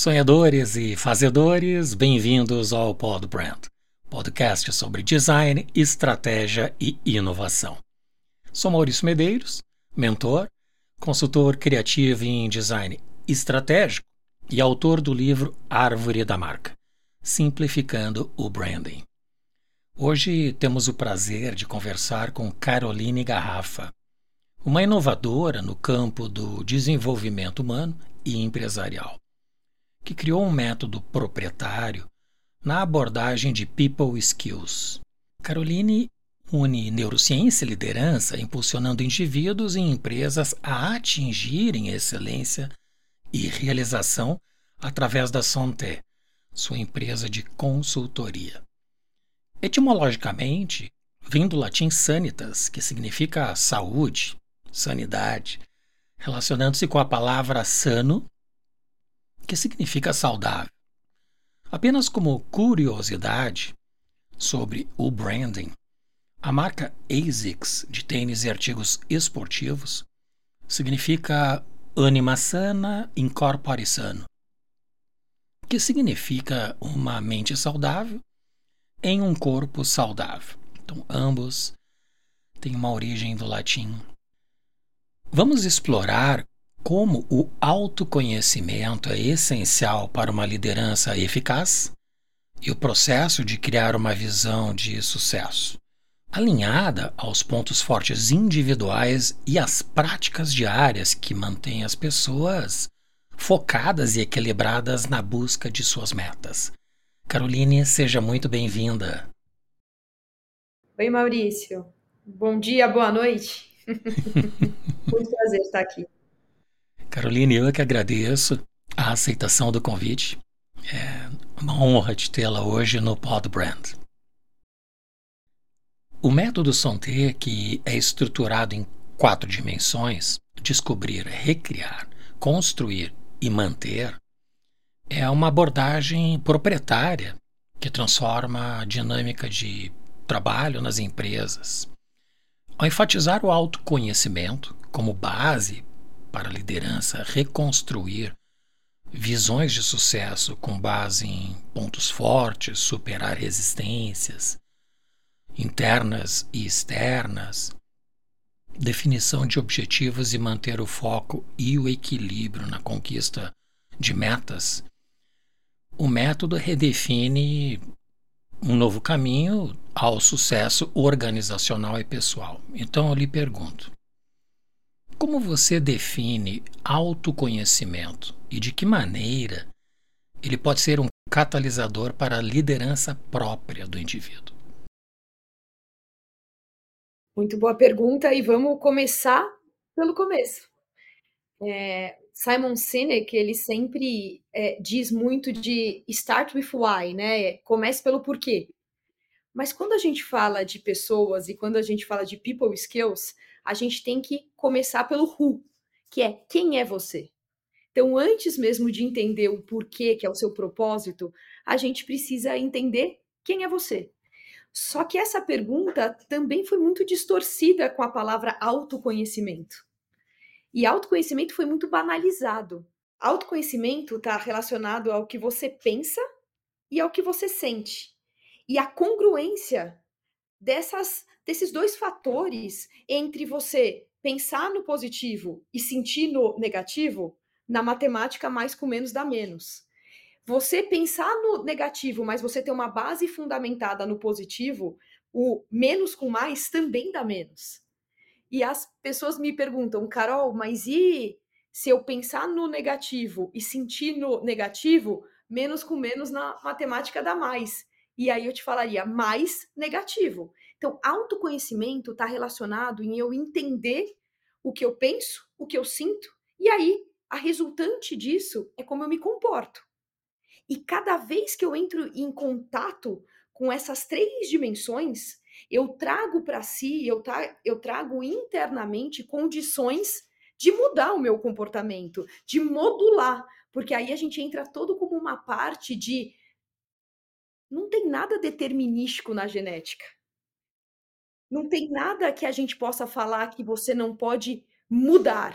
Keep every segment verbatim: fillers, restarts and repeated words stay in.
Sonhadores e fazedores, bem-vindos ao Pod Brand, podcast sobre design, estratégia e inovação. Sou Maurício Medeiros, mentor, consultor criativo em design estratégico e autor do livro Árvore da Marca, Simplificando o Branding. Hoje temos o prazer de conversar com Caroline Garrafa, uma inovadora no campo do desenvolvimento humano e empresarial, que criou um método proprietário na abordagem de People Skills. Caroline une neurociência e liderança, impulsionando indivíduos e empresas a atingirem excelência e realização através da Santé, sua empresa de consultoria. Etimologicamente, vem do latim sanitas, que significa saúde, sanidade, relacionando-se com a palavra sano, que significa saudável. Apenas como curiosidade sobre o branding, a marca ASICS de tênis e artigos esportivos significa anima sana, incorpore sano, que significa uma mente saudável em um corpo saudável. Então, ambos têm uma origem do latim. Vamos explorar como o autoconhecimento é essencial para uma liderança eficaz e o processo de criar uma visão de sucesso, alinhada aos pontos fortes individuais e às práticas diárias que mantêm as pessoas focadas e equilibradas na busca de suas metas. Caroline, seja muito bem-vinda. Oi, Maurício. Bom dia, boa noite. Muito prazer estar aqui. Caroline, eu é que agradeço a aceitação do convite. É uma honra de tê-la hoje no Pod Brand. O método Santé, que é estruturado em quatro dimensões, descobrir, recriar, construir e manter, é uma abordagem proprietária que transforma a dinâmica de trabalho nas empresas. Ao enfatizar o autoconhecimento como base para a liderança reconstruir visões de sucesso com base em pontos fortes, superar resistências internas e externas, definição de objetivos e manter o foco e o equilíbrio na conquista de metas, o método redefine um novo caminho ao sucesso organizacional e pessoal. Então eu lhe pergunto, como você define autoconhecimento e de que maneira ele pode ser um catalisador para a liderança própria do indivíduo? Muito boa pergunta e vamos começar pelo começo. É, Simon Sinek, ele sempre é, diz muito de start with why, né? Comece pelo porquê. Mas quando a gente fala de pessoas e quando a gente fala de people skills, a gente tem que começar pelo who, que é quem é você. Então, antes mesmo de entender o porquê, que é o seu propósito, a gente precisa entender quem é você. Só que essa pergunta também foi muito distorcida com a palavra autoconhecimento. E autoconhecimento foi muito banalizado. Autoconhecimento está relacionado ao que você pensa e ao que você sente. E a congruência dessas, desses dois fatores entre você pensar no positivo e sentir no negativo, na matemática mais com menos dá menos. Você pensar no negativo, mas você ter uma base fundamentada no positivo, o menos com mais também dá menos. E as pessoas me perguntam, Carol, mas e se eu pensar no negativo e sentir no negativo, menos com menos na matemática dá mais. E aí eu te falaria, mais negativo. Então, autoconhecimento está relacionado em eu entender o que eu penso, o que eu sinto, e aí a resultante disso é como eu me comporto. E cada vez que eu entro em contato com essas três dimensões, eu trago para si, eu, tra eu trago internamente condições de mudar o meu comportamento, de modular, porque aí a gente entra todo como uma parte de não tem nada determinístico na genética. Não tem nada que a gente possa falar que você não pode mudar.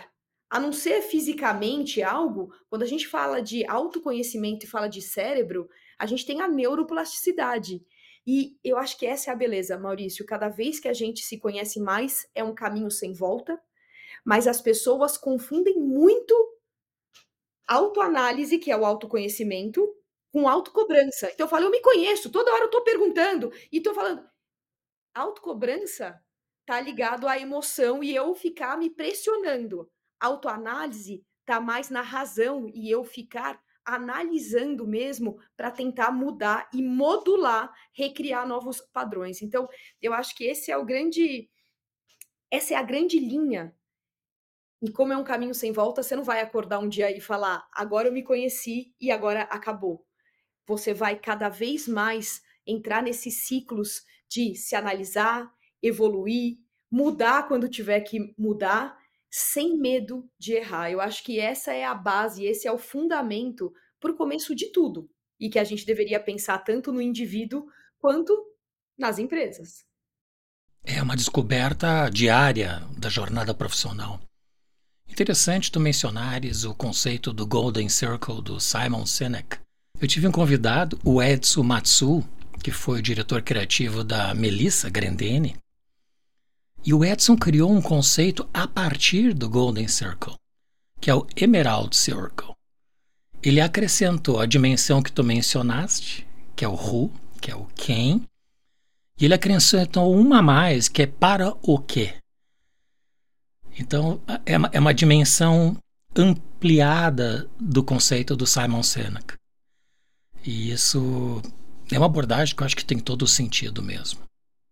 A não ser fisicamente algo, quando a gente fala de autoconhecimento e fala de cérebro, a gente tem a neuroplasticidade. E eu acho que essa é a beleza, Maurício. Cada vez que a gente se conhece mais, é um caminho sem volta, mas as pessoas confundem muito autoanálise, que é o autoconhecimento, com autocobrança. Então eu falo, eu me conheço, toda hora eu tô perguntando e tô falando. Autocobrança tá ligado à emoção e eu ficar me pressionando. Autoanálise tá mais na razão e eu ficar analisando mesmo para tentar mudar e modular, recriar novos padrões. Então, eu acho que esse é o grande essa é a grande linha. E como é um caminho sem volta, você não vai acordar um dia e falar: "Agora eu me conheci e agora acabou". Você vai cada vez mais entrar nesses ciclos de se analisar, evoluir, mudar quando tiver que mudar, sem medo de errar. Eu acho que essa é a base, esse é o fundamento para o começo de tudo. E que a gente deveria pensar tanto no indivíduo quanto nas empresas. É uma descoberta diária da jornada profissional. Interessante tu mencionares o conceito do Golden Circle do Simon Sinek. Eu tive um convidado, o Edson Matsu, que foi o diretor criativo da Melissa Grendene, e o Edson criou um conceito a partir do Golden Circle, que é o Emerald Circle. Ele acrescentou a dimensão que tu mencionaste, que é o who, que é o quem, e ele acrescentou uma a mais, que é para o quê. Então, é uma, é uma dimensão ampliada do conceito do Simon Sinek. E isso é uma abordagem que eu acho que tem todo o sentido mesmo.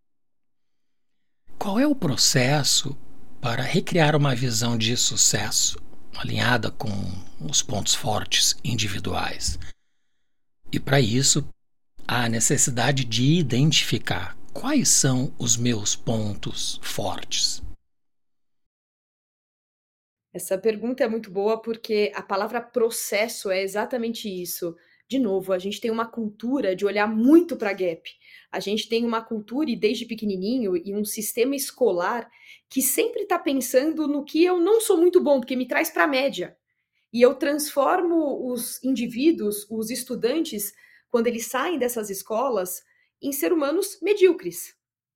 Qual é o processo para recriar uma visão de sucesso alinhada com os pontos fortes individuais? E para isso, há a necessidade de identificar quais são os meus pontos fortes. Essa pergunta é muito boa porque a palavra processo é exatamente isso. De novo, a gente tem uma cultura de olhar muito para gap. A gente tem uma cultura, e desde pequenininho, e um sistema escolar que sempre está pensando no que eu não sou muito bom, porque me traz para a média. E eu transformo os indivíduos, os estudantes, quando eles saem dessas escolas, em ser humanos medíocres.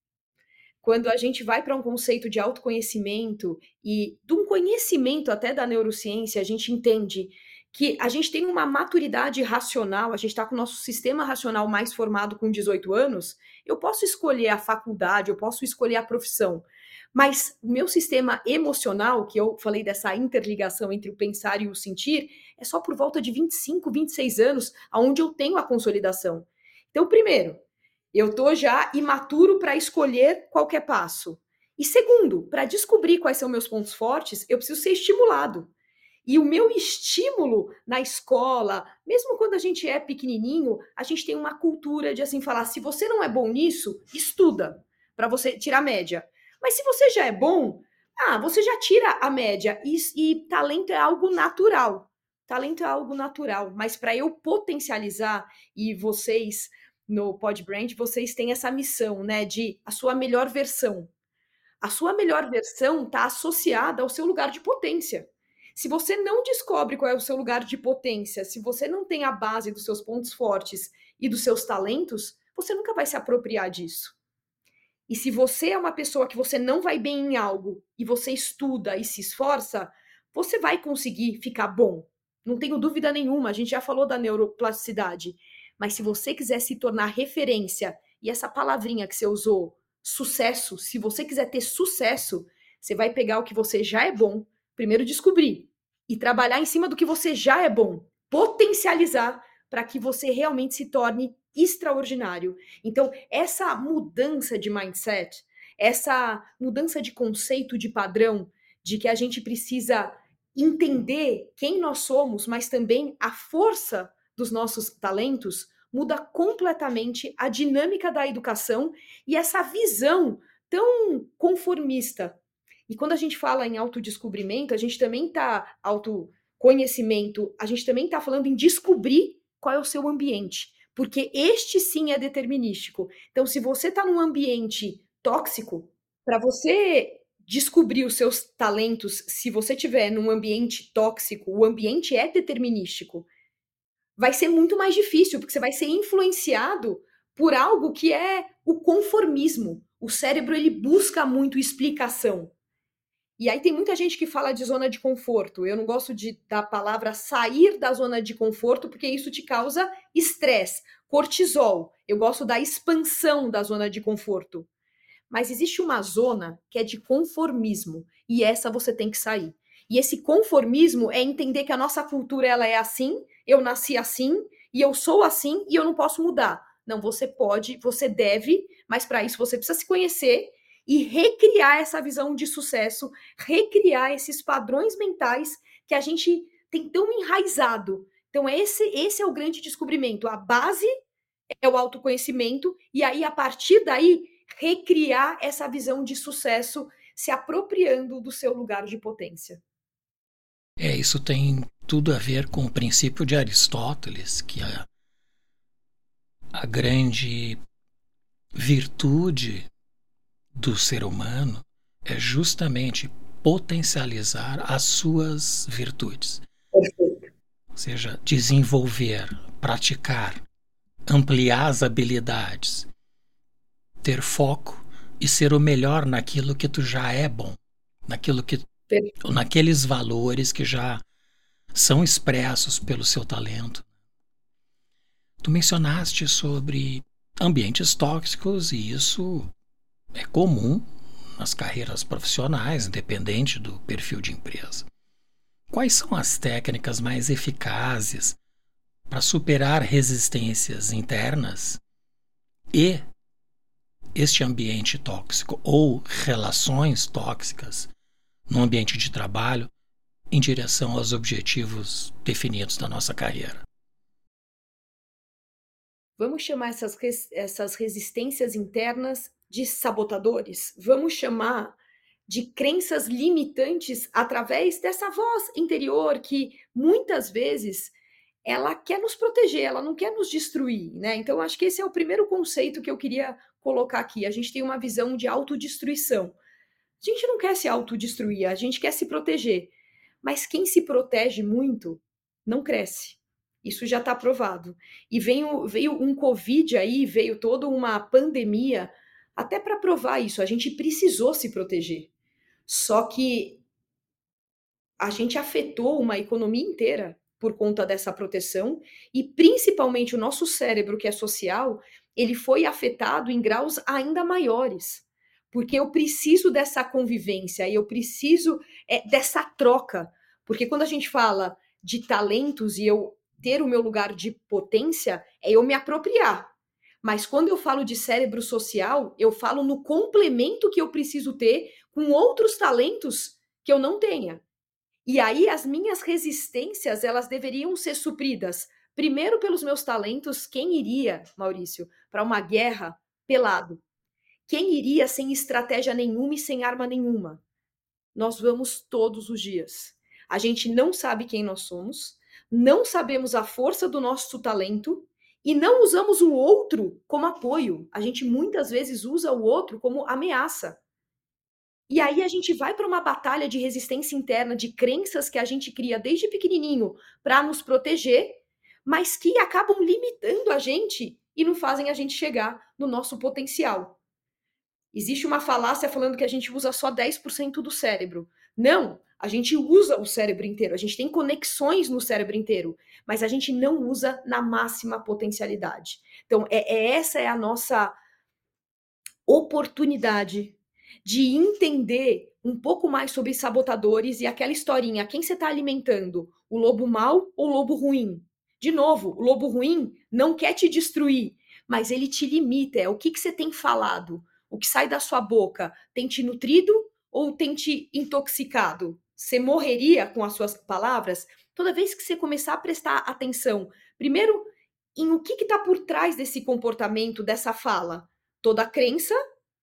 Quando a gente vai para um conceito de autoconhecimento e de um conhecimento até da neurociência, a gente entende que a gente tem uma maturidade racional, a gente está com o nosso sistema racional mais formado com dezoito anos, eu posso escolher a faculdade, eu posso escolher a profissão, mas o meu sistema emocional, que eu falei dessa interligação entre o pensar e o sentir, é só por volta de vinte e cinco, vinte e seis anos, aonde eu tenho a consolidação. Então, primeiro, eu tô já imaturo para escolher qualquer passo. E segundo, para descobrir quais são meus pontos fortes, eu preciso ser estimulado. E o meu estímulo na escola, mesmo quando a gente é pequenininho, a gente tem uma cultura de assim falar: se você não é bom nisso, estuda para você tirar média. Mas se você já é bom, ah, você já tira a média. E, e talento é algo natural. Talento é algo natural. Mas para eu potencializar, e vocês no Podbrand, vocês têm essa missão, né, de a sua melhor versão. A sua melhor versão está associada ao seu lugar de potência. Se você não descobre qual é o seu lugar de potência, se você não tem a base dos seus pontos fortes e dos seus talentos, você nunca vai se apropriar disso. E se você é uma pessoa que você não vai bem em algo e você estuda e se esforça, você vai conseguir ficar bom. Não tenho dúvida nenhuma, a gente já falou da neuroplasticidade. Mas se você quiser se tornar referência, e essa palavrinha que você usou, sucesso, se você quiser ter sucesso, você vai pegar o que você já é bom, primeiro descobrir, e trabalhar em cima do que você já é bom, potencializar para que você realmente se torne extraordinário. Então, essa mudança de mindset, essa mudança de conceito, de padrão, de que a gente precisa entender quem nós somos, mas também a força dos nossos talentos, muda completamente a dinâmica da educação e essa visão tão conformista. E quando a gente fala em autodescobrimento, a gente também está autoconhecimento, a gente também está falando em descobrir qual é o seu ambiente, porque este sim é determinístico. Então, se você está num ambiente tóxico, para você descobrir os seus talentos se você estiver num ambiente tóxico, o ambiente é determinístico, vai ser muito mais difícil, porque você vai ser influenciado por algo que é o conformismo. O cérebro, ele busca muito explicação. E aí tem muita gente que fala de zona de conforto. Eu não gosto de, da palavra sair da zona de conforto, porque isso te causa estresse, cortisol. Eu gosto da expansão da zona de conforto. Mas existe uma zona que é de conformismo, e essa você tem que sair. E esse conformismo é entender que a nossa cultura ela é assim, eu nasci assim, e eu sou assim, e eu não posso mudar. Não, você pode, você deve, mas para isso você precisa se conhecer e recriar essa visão de sucesso, recriar esses padrões mentais que a gente tem tão enraizado. Então esse, esse é o grande descobrimento. A base é o autoconhecimento, e aí, a partir daí, recriar essa visão de sucesso, se apropriando do seu lugar de potência. É, isso tem tudo a ver com o princípio de Aristóteles, que a, a grande virtude do ser humano é justamente potencializar as suas virtudes. Perfeito. Ou seja, desenvolver, praticar, ampliar as habilidades, ter foco e ser o melhor naquilo que tu já é bom, naquilo que, naqueles valores que já são expressos pelo seu talento. Tu mencionaste sobre ambientes tóxicos e isso é comum nas carreiras profissionais, independente do perfil de empresa. Quais são as técnicas mais eficazes para superar resistências internas e este ambiente tóxico ou relações tóxicas no ambiente de trabalho em direção aos objetivos definidos da nossa carreira? Vamos chamar essas, essas resistências internas de sabotadores? Vamos chamar de crenças limitantes através dessa voz interior que muitas vezes ela quer nos proteger, ela não quer nos destruir, né? Então acho que esse é o primeiro conceito que eu queria colocar aqui. A gente tem uma visão de autodestruição. A gente não quer se autodestruir, a gente quer se proteger. Mas quem se protege muito não cresce. Isso já está provado. E veio, veio um Covid aí, veio toda uma pandemia, até para provar isso. A gente precisou se proteger. Só que a gente afetou uma economia inteira por conta dessa proteção e principalmente o nosso cérebro, que é social, ele foi afetado em graus ainda maiores. Porque eu preciso dessa convivência, eu preciso é, dessa troca. Porque quando a gente fala de talentos e eu ter o meu lugar de potência, é eu me apropriar. Mas quando eu falo de cérebro social, eu falo no complemento que eu preciso ter com outros talentos que eu não tenha. E aí as minhas resistências, elas deveriam ser supridas, primeiro pelos meus talentos. Quem iria, Maurício, para uma guerra pelado? Quem iria sem estratégia nenhuma e sem arma nenhuma? Nós vamos todos os dias. A gente não sabe quem nós somos, não sabemos a força do nosso talento e não usamos o outro como apoio. A gente muitas vezes usa o outro como ameaça. E aí a gente vai para uma batalha de resistência interna, de crenças que a gente cria desde pequenininho para nos proteger, mas que acabam limitando a gente e não fazem a gente chegar no nosso potencial. Existe uma falácia falando que a gente usa só dez por cento do cérebro. Não, a gente usa o cérebro inteiro, a gente tem conexões no cérebro inteiro, mas a gente não usa na máxima potencialidade. Então, é, é essa é a nossa oportunidade de entender um pouco mais sobre sabotadores e aquela historinha, quem você está alimentando? O lobo mau ou o lobo ruim? De novo, o lobo ruim não quer te destruir, mas ele te limita. É o que, que você tem falado? O que sai da sua boca tem te nutrido ou tem te intoxicado? Você morreria com as suas palavras? Toda vez que você começar a prestar atenção, primeiro, em o que está por trás desse comportamento, dessa fala? Toda crença,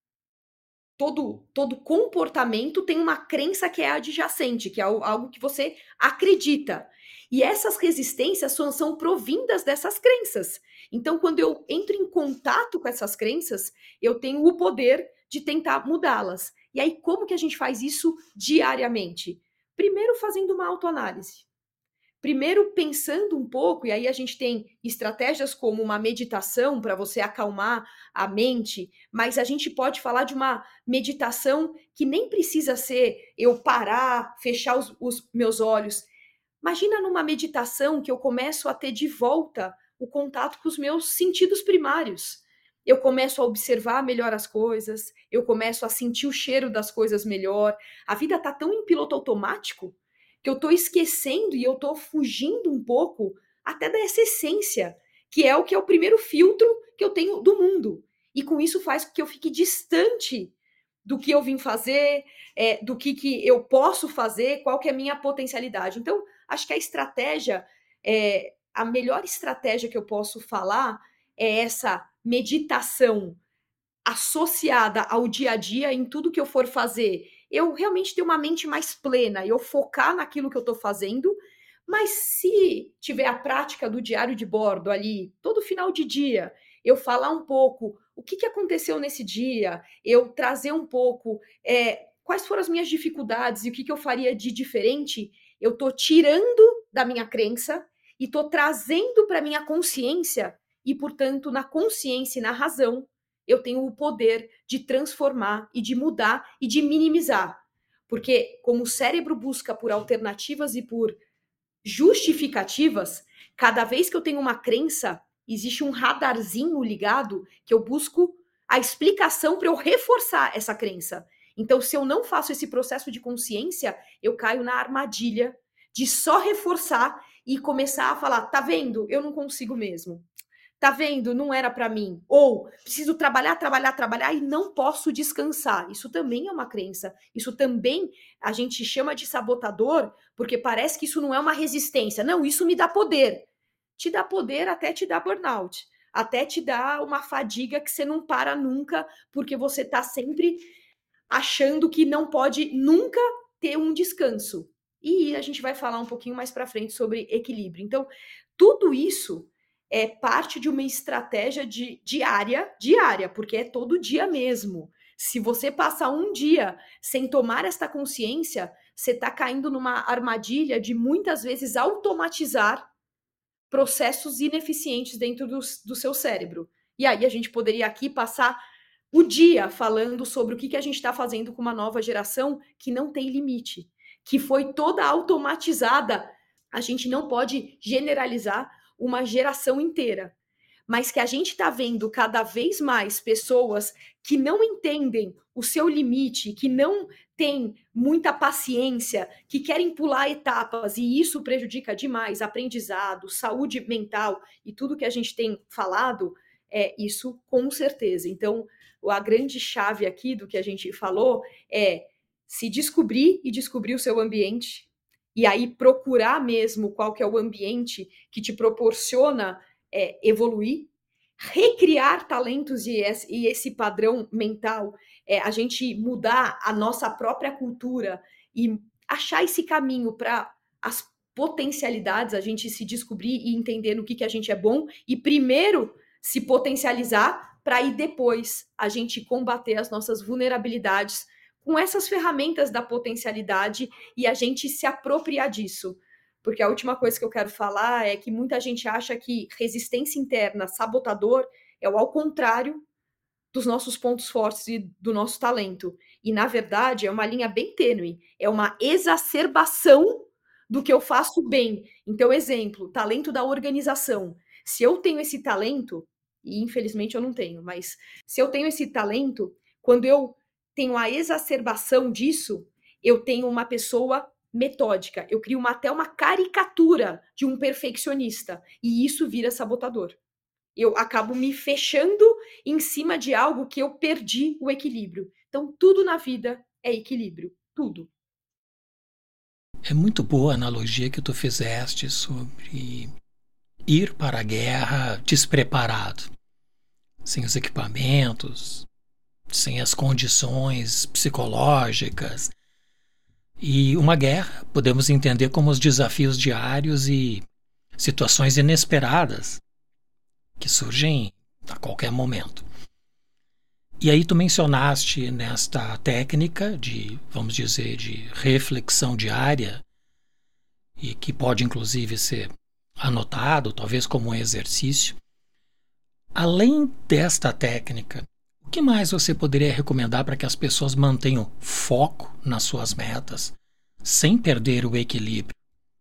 todo, todo comportamento tem uma crença que é adjacente, que é algo que você acredita. E essas resistências são, são provindas dessas crenças. Então, quando eu entro em contato com essas crenças, eu tenho o poder de tentar mudá-las. E aí, como que a gente faz isso diariamente? Primeiro, fazendo uma autoanálise. Primeiro, pensando um pouco, e aí a gente tem estratégias como uma meditação para você acalmar a mente, mas a gente pode falar de uma meditação que nem precisa ser eu parar, fechar os, os meus olhos. Imagina numa meditação que eu começo a ter de volta o contato com os meus sentidos primários. Eu começo a observar melhor as coisas, eu começo a sentir o cheiro das coisas melhor. A vida está tão em piloto automático que eu estou esquecendo e eu estou fugindo um pouco até dessa essência, que é o que é o primeiro filtro que eu tenho do mundo. E com isso faz com que eu fique distante do que eu vim fazer, é, do que, que eu posso fazer, qual que é a minha potencialidade. Então, acho que a estratégia, é, a melhor estratégia que eu posso falar é essa meditação associada ao dia a dia em tudo que eu for fazer. Eu realmente ter uma mente mais plena, eu focar naquilo que eu estou fazendo, mas se tiver a prática do diário de bordo ali, todo final de dia, eu falar um pouco o que, que aconteceu nesse dia, eu trazer um pouco é, quais foram as minhas dificuldades e o que, que eu faria de diferente, eu estou tirando da minha crença e estou trazendo para a minha consciência e, portanto, na consciência e na razão, eu tenho o poder de transformar e de mudar e de minimizar. Porque como o cérebro busca por alternativas e por justificativas, cada vez que eu tenho uma crença, existe um radarzinho ligado que eu busco a explicação para eu reforçar essa crença. Então, se eu não faço esse processo de consciência, eu caio na armadilha de só reforçar e começar a falar, tá vendo? Eu não consigo mesmo. Tá vendo? Não era para mim. Ou preciso trabalhar, trabalhar, trabalhar e não posso descansar. Isso também é uma crença. Isso também a gente chama de sabotador, porque parece que isso não é uma resistência. Não, isso me dá poder. Te dá poder até te dar burnout. Até te dá uma fadiga que você não para nunca, porque você tá sempre achando que não pode nunca ter um descanso. E a gente vai falar um pouquinho mais para frente sobre equilíbrio. Então, tudo isso é parte de uma estratégia de, diária, diária, porque é todo dia mesmo. Se você passar um dia sem tomar esta consciência, você está caindo numa armadilha de muitas vezes automatizar processos ineficientes dentro do, do seu cérebro. E aí a gente poderia aqui passar o dia falando sobre o que, que a gente está fazendo com uma nova geração que não tem limite, que foi toda automatizada. A gente não pode generalizar uma geração inteira, mas que a gente está vendo cada vez mais pessoas que não entendem o seu limite, que não têm muita paciência, que querem pular etapas, e isso prejudica demais aprendizado, saúde mental e tudo que a gente tem falado, é isso com certeza. Então, a grande chave aqui do que a gente falou é se descobrir e descobrir o seu ambiente, e aí procurar mesmo qual que é o ambiente que te proporciona é, evoluir, recriar talentos e esse, e esse padrão mental, é, a gente mudar a nossa própria cultura e achar esse caminho para as potencialidades, a gente se descobrir e entender no que, que a gente é bom e primeiro se potencializar para aí depois a gente combater as nossas vulnerabilidades com essas ferramentas da potencialidade e a gente se apropriar disso. Porque a última coisa que eu quero falar é que muita gente acha que resistência interna, sabotador, é o ao contrário dos nossos pontos fortes e do nosso talento. E, na verdade, é uma linha bem tênue. É uma exacerbação do que eu faço bem. Então, exemplo, talento da organização. Se eu tenho esse talento, e infelizmente eu não tenho, mas se eu tenho esse talento, quando eu tenho a exacerbação disso, eu tenho uma pessoa metódica, eu crio uma, até uma caricatura de um perfeccionista, e isso vira sabotador. Eu acabo me fechando em cima de algo que eu perdi o equilíbrio. Então, tudo na vida é equilíbrio, tudo. É muito boa a analogia que tu fizeste sobre ir para a guerra despreparado, sem os equipamentos, sem as condições psicológicas. E uma guerra podemos entender como os desafios diários e situações inesperadas que surgem a qualquer momento. E aí tu mencionaste nesta técnica de, vamos dizer, de reflexão diária, e que pode inclusive ser anotado, talvez como um exercício. Além desta técnica, o que mais você poderia recomendar para que as pessoas mantenham foco nas suas metas, sem perder o equilíbrio?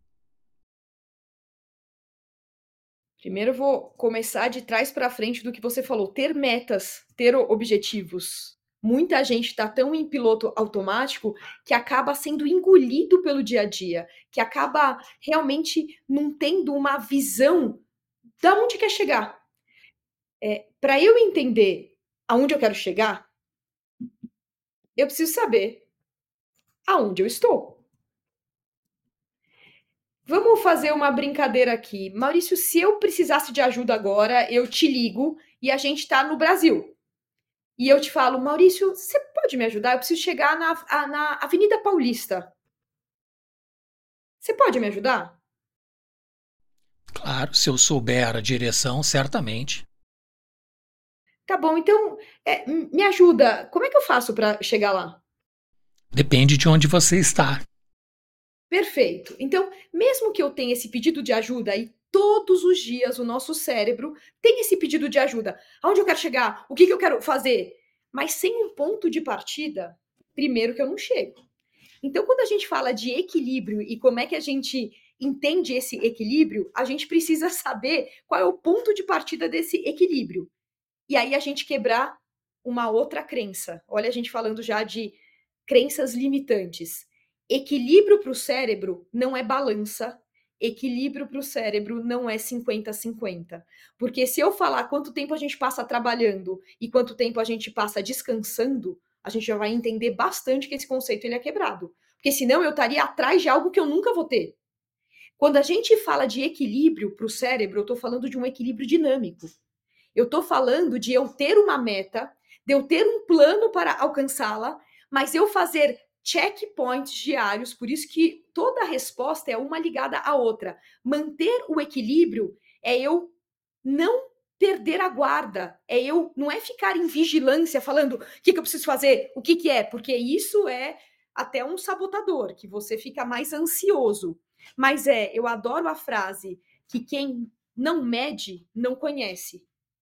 Primeiro eu vou começar de trás para frente do que você falou, ter metas, ter objetivos. Muita gente está tão em piloto automático que acaba sendo engolido pelo dia a dia, que acaba realmente não tendo uma visão de onde quer chegar. É, para eu entender aonde eu quero chegar, eu preciso saber aonde eu estou. Vamos fazer uma brincadeira aqui. Maurício, se eu precisasse de ajuda agora, eu te ligo e a gente está no Brasil. E eu te falo, Maurício, você pode me ajudar? Eu preciso chegar na, a, na Avenida Paulista. Você pode me ajudar? Claro, se eu souber a direção, certamente. Tá bom, então é, me ajuda. Como é que eu faço para chegar lá? Depende de onde você está. Perfeito. Então, mesmo que eu tenha esse pedido de ajuda e todos os dias o nosso cérebro tem esse pedido de ajuda. Aonde eu quero chegar? O que, que eu quero fazer? Mas sem um ponto de partida, primeiro que eu não chego. Então, quando a gente fala de equilíbrio e como é que a gente entende esse equilíbrio, a gente precisa saber qual é o ponto de partida desse equilíbrio. E aí a gente quebrar uma outra crença. Olha, a gente falando já de crenças limitantes. Equilíbrio para o cérebro não é balança. Equilíbrio para o cérebro não é cinquenta a cinquenta. Porque se eu falar quanto tempo a gente passa trabalhando e quanto tempo a gente passa descansando, a gente já vai entender bastante que esse conceito ele é quebrado. Porque senão eu estaria atrás de algo que eu nunca vou ter. Quando a gente fala de equilíbrio para o cérebro, eu estou falando de um equilíbrio dinâmico. Eu estou falando de eu ter uma meta, de eu ter um plano para alcançá-la, mas eu fazer checkpoints diários, por isso que toda resposta é uma ligada à outra. Manter o equilíbrio é eu não perder a guarda, é eu não é ficar em vigilância falando o que, que eu preciso fazer, o que, que é, porque isso é até um sabotador, que você fica mais ansioso. Mas é, eu adoro a frase que quem não mede, não conhece.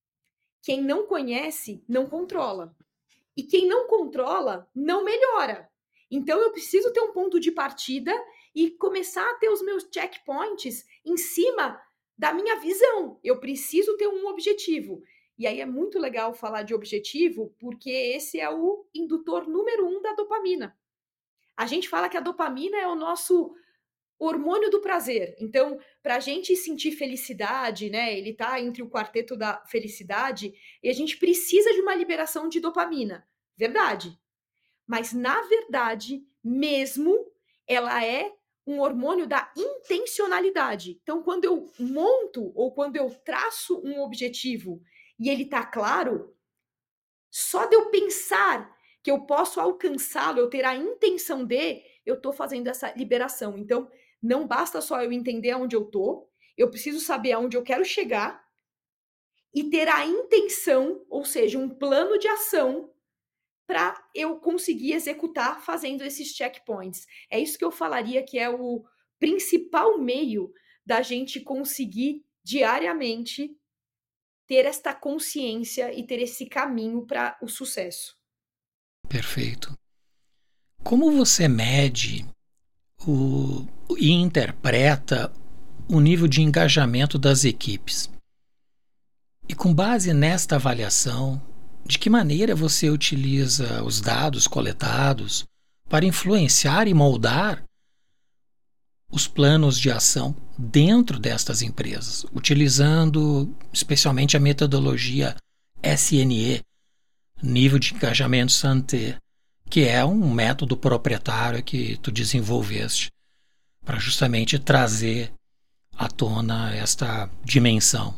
Quem não conhece, não controla. E quem não controla, não melhora. Então eu preciso ter um ponto de partida e começar a ter os meus checkpoints em cima da minha visão. Eu preciso ter um objetivo. E aí é muito legal falar de objetivo, porque esse é o indutor número um da dopamina. A gente fala que a dopamina é o nosso hormônio do prazer. Então, para a gente sentir felicidade, né? Ele tá entre o quarteto da felicidade e a gente precisa de uma liberação de dopamina. Verdade. Mas, na verdade, mesmo, ela é um hormônio da intencionalidade. Então, quando eu monto ou quando eu traço um objetivo e ele tá claro, só de eu pensar que eu posso alcançá-lo, eu ter a intenção de, eu estou fazendo essa liberação. Então, não basta só eu entender aonde eu estou, eu preciso saber aonde eu quero chegar e ter a intenção, ou seja, um plano de ação para eu conseguir executar fazendo esses checkpoints. É isso que eu falaria que é o principal meio da gente conseguir diariamente ter esta consciência e ter esse caminho para o sucesso. Perfeito. Como você mede o, e interpreta o nível de engajamento das equipes? E com base nesta avaliação, de que maneira você utiliza os dados coletados para influenciar e moldar os planos de ação dentro destas empresas, utilizando especialmente a metodologia S N E, nível de engajamento Santé, que é um método proprietário que tu desenvolveste para justamente trazer à tona esta dimensão.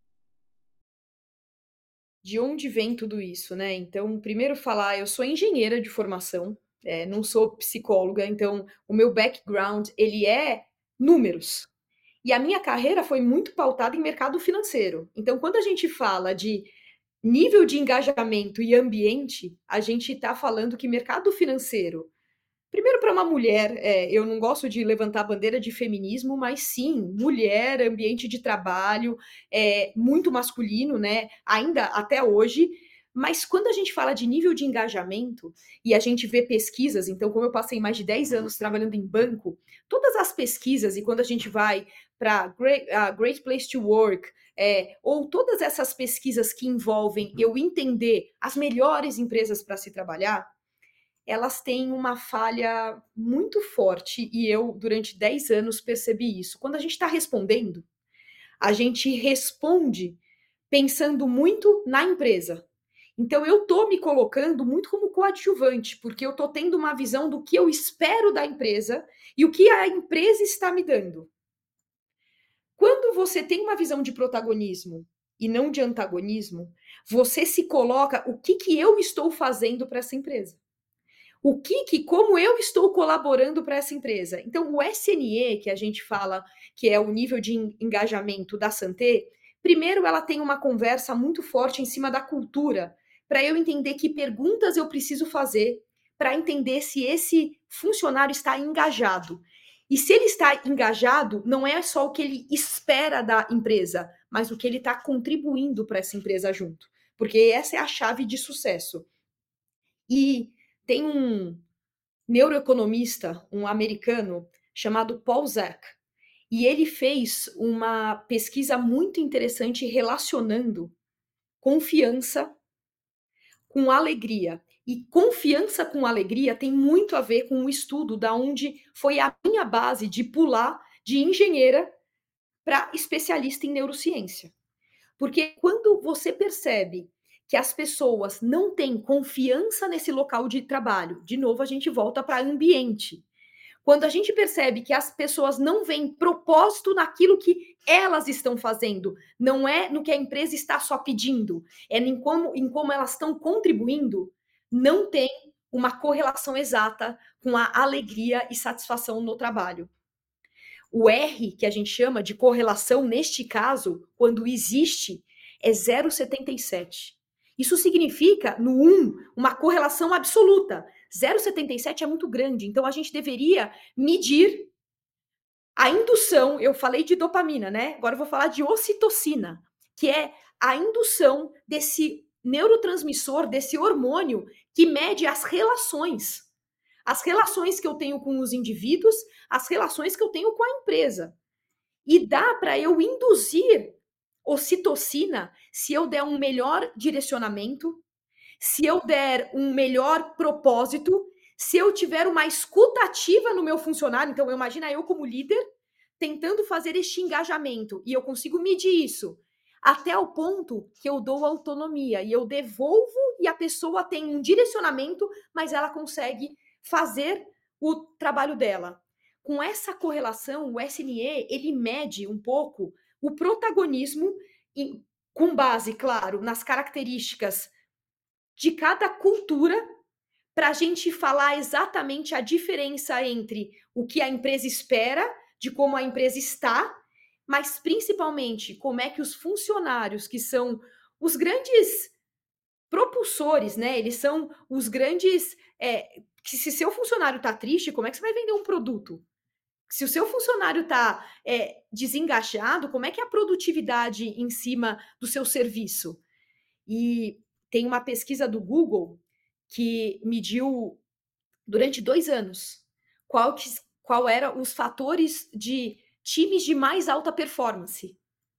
De onde vem tudo isso, né? Então, primeiro falar, eu sou engenheira de formação, é, não sou psicóloga, então o meu background ele é números. E a minha carreira foi muito pautada em mercado financeiro. Então, quando a gente fala de nível de engajamento e ambiente, a gente está falando que mercado financeiro, primeiro para uma mulher, é, eu não gosto de levantar a bandeira de feminismo, mas sim, mulher, ambiente de trabalho, é, muito masculino, né? Ainda até hoje. Mas quando a gente fala de nível de engajamento e a gente vê pesquisas, então, como eu passei mais de dez anos trabalhando em banco, todas as pesquisas, e quando a gente vai para Great, uh, Great Place to Work, é, ou todas essas pesquisas que envolvem eu entender as melhores empresas para se trabalhar, elas têm uma falha muito forte, e eu, durante dez anos, percebi isso. Quando a gente está respondendo, a gente responde pensando muito na empresa. Então, eu estou me colocando muito como coadjuvante, porque eu estou tendo uma visão do que eu espero da empresa e o que a empresa está me dando. Quando você tem uma visão de protagonismo e não de antagonismo, você se coloca o que, que eu estou fazendo para essa empresa. O que, que como eu estou colaborando para essa empresa. Então, o S N E, que a gente fala que é o nível de engajamento da Santé, primeiro ela tem uma conversa muito forte em cima da cultura, para eu entender que perguntas eu preciso fazer para entender se esse funcionário está engajado. E se ele está engajado, não é só o que ele espera da empresa, mas o que ele está contribuindo para essa empresa junto. Porque essa é a chave de sucesso. E tem um neuroeconomista, um americano, chamado Paul Zak, e ele fez uma pesquisa muito interessante relacionando confiança com alegria. E confiança com alegria tem muito a ver com o estudo da onde foi a minha base de pular de engenheira para especialista em neurociência. Porque quando você percebe que as pessoas não têm confiança nesse local de trabalho, de novo a gente volta para ambiente. Quando a gente percebe que as pessoas não veem propósito naquilo que elas estão fazendo, não é no que a empresa está só pedindo, é em como, em como elas estão contribuindo, não tem uma correlação exata com a alegria e satisfação no trabalho. O R, que a gente chama de correlação, neste caso, quando existe, é zero vírgula setenta e sete. Isso significa, no um, uma correlação absoluta. zero vírgula setenta e sete é muito grande, então a gente deveria medir a indução. Eu falei de dopamina, né? Agora eu vou falar de ocitocina, que é a indução desse neurotransmissor, desse hormônio que mede as relações. As relações que eu tenho com os indivíduos, as relações que eu tenho com a empresa. E dá para eu induzir ocitocina se eu der um melhor direcionamento, se eu der um melhor propósito, se eu tiver uma escuta ativa no meu funcionário. Então, imagina eu como líder tentando fazer este engajamento e eu consigo medir isso até o ponto que eu dou autonomia e eu devolvo e a pessoa tem um direcionamento, mas ela consegue fazer o trabalho dela. Com essa correlação, o S N E, ele mede um pouco o protagonismo, em, com base, claro, nas características de cada cultura, para a gente falar exatamente a diferença entre o que a empresa espera, de como a empresa está, mas principalmente como é que os funcionários, que são os grandes propulsores, né? Eles são os grandes... É, que se seu funcionário está triste, como é que você vai vender um produto? Se o seu funcionário está é, desengajado, como é que é a produtividade em cima do seu serviço? E tem uma pesquisa do Google que mediu durante dois anos qual, que, qual eram os fatores de times de mais alta performance.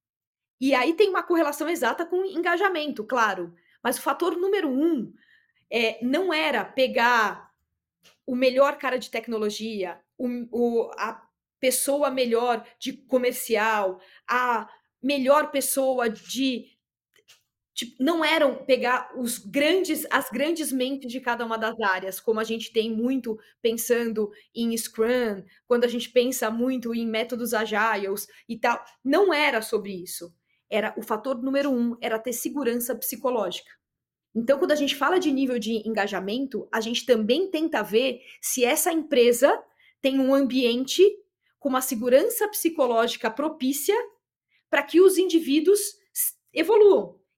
E aí tem uma correlação exata com engajamento, claro. Mas o fator número um é, não era pegar o melhor cara de tecnologia, o, o, a pessoa melhor de comercial, a melhor pessoa de... Tipo, não eram pegar os grandes, as grandes mentes de cada uma das áreas, como a gente tem muito pensando em Scrum, quando a gente pensa muito em métodos agiles e tal. Não era sobre isso. Era o fator número um, era ter segurança psicológica. Então, quando a gente fala de nível de engajamento, a gente também tenta ver se essa empresa tem um ambiente com uma segurança psicológica propícia para que os indivíduos evoluam.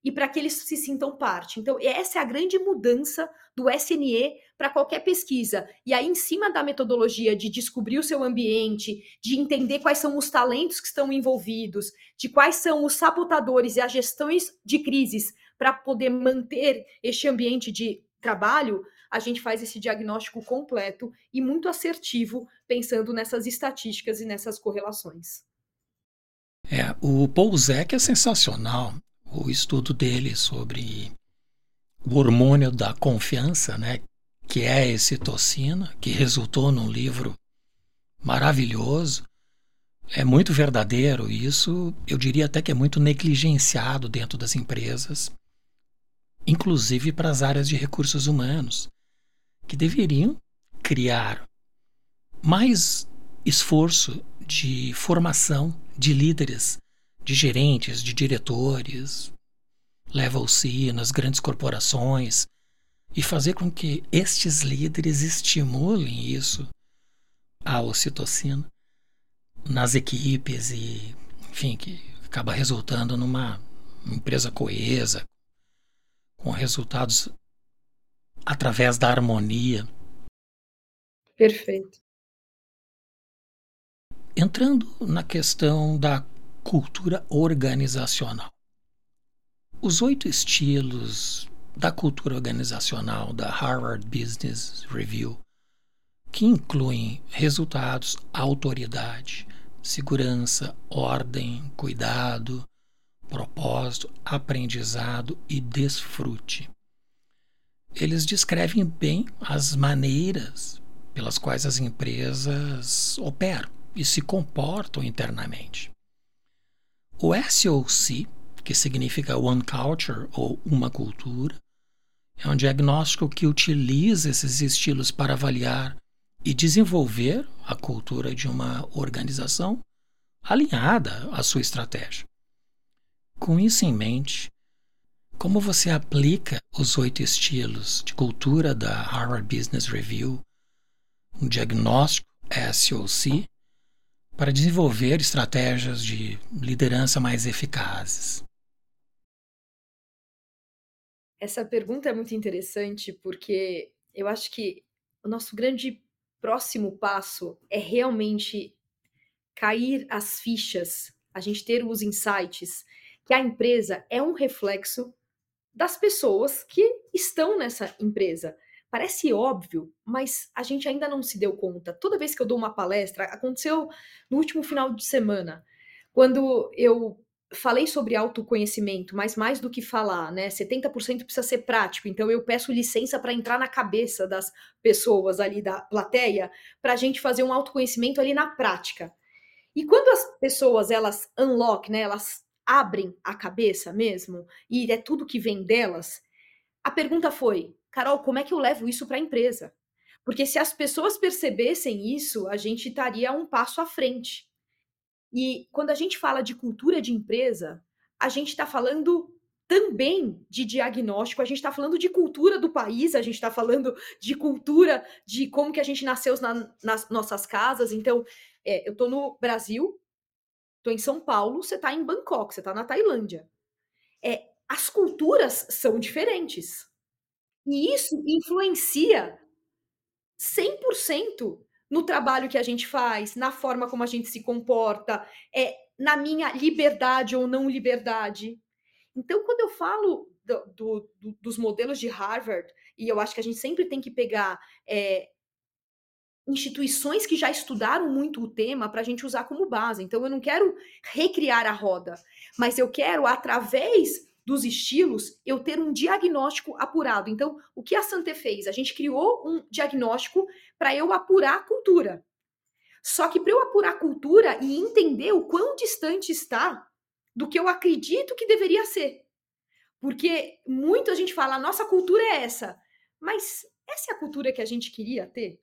e para que eles se sintam parte. Então, essa é a grande mudança do S N E para qualquer pesquisa. E aí, em cima da metodologia de descobrir o seu ambiente, de entender quais são os talentos que estão envolvidos, de quais são os sabotadores e as gestões de crises para poder manter este ambiente de trabalho, a gente faz esse diagnóstico completo e muito assertivo, pensando nessas estatísticas e nessas correlações. É, o Paul Zek é sensacional. O estudo dele sobre o hormônio da confiança, né, que é a excitocina, que resultou num livro maravilhoso, é muito verdadeiro. E isso eu diria até que é muito negligenciado dentro das empresas, inclusive para as áreas de recursos humanos, que deveriam criar mais esforço de formação de líderes, de gerentes, de diretores, level C nas grandes corporações, e fazer com que estes líderes estimulem isso, a ocitocina, nas equipes e, enfim, que acaba resultando numa empresa coesa, com resultados através da harmonia. Perfeito. Entrando na questão da cultura organizacional. Os oito estilos da cultura organizacional da Harvard Business Review, que incluem resultados, autoridade, segurança, ordem, cuidado, propósito, aprendizado e desfrute. Eles descrevem bem as maneiras pelas quais as empresas operam e se comportam internamente. O S O C, que significa One Culture ou uma cultura, é um diagnóstico que utiliza esses estilos para avaliar e desenvolver a cultura de uma organização alinhada à sua estratégia. Com isso em mente, como você aplica os oito estilos de cultura da Harvard Business Review, um diagnóstico S O C, para desenvolver estratégias de liderança mais eficazes? Essa pergunta é muito interessante, porque eu acho que o nosso grande próximo passo é realmente cair as fichas, a gente ter os insights, que a empresa é um reflexo das pessoas que estão nessa empresa. Parece óbvio, mas a gente ainda não se deu conta. Toda vez que eu dou uma palestra, aconteceu no último final de semana, quando eu falei sobre autoconhecimento, mas mais do que falar, né? setenta por cento precisa ser prático, então eu peço licença para entrar na cabeça das pessoas ali da plateia, para a gente fazer um autoconhecimento ali na prática. E quando as pessoas elas unlock, né, elas abrem a cabeça mesmo, e é tudo que vem delas, a pergunta foi: "Carol, como é que eu levo isso para a empresa?". Porque se as pessoas percebessem isso, a gente estaria um passo à frente. E quando a gente fala de cultura de empresa, a gente está falando também de diagnóstico, a gente está falando de cultura do país, a gente está falando de cultura de como que a gente nasceu na, nas nossas casas. Então, é, eu estou no Brasil, estou em São Paulo, você está em Bangkok, você está na Tailândia. É, as culturas são diferentes. E isso influencia cem por cento no trabalho que a gente faz, na forma como a gente se comporta, é, na minha liberdade ou não liberdade. Então, quando eu falo do, do, do, dos modelos de Harvard, e eu acho que a gente sempre tem que pegar é, instituições que já estudaram muito o tema para a gente usar como base. Então, eu não quero recriar a roda, mas eu quero, através dos estilos, eu ter um diagnóstico apurado. Então, o que a Santé fez? A gente criou um diagnóstico para eu apurar a cultura. Só que para eu apurar a cultura e entender o quão distante está do que eu acredito que deveria ser. Porque muito a gente fala, a nossa cultura é essa. Mas essa é a cultura que a gente queria ter?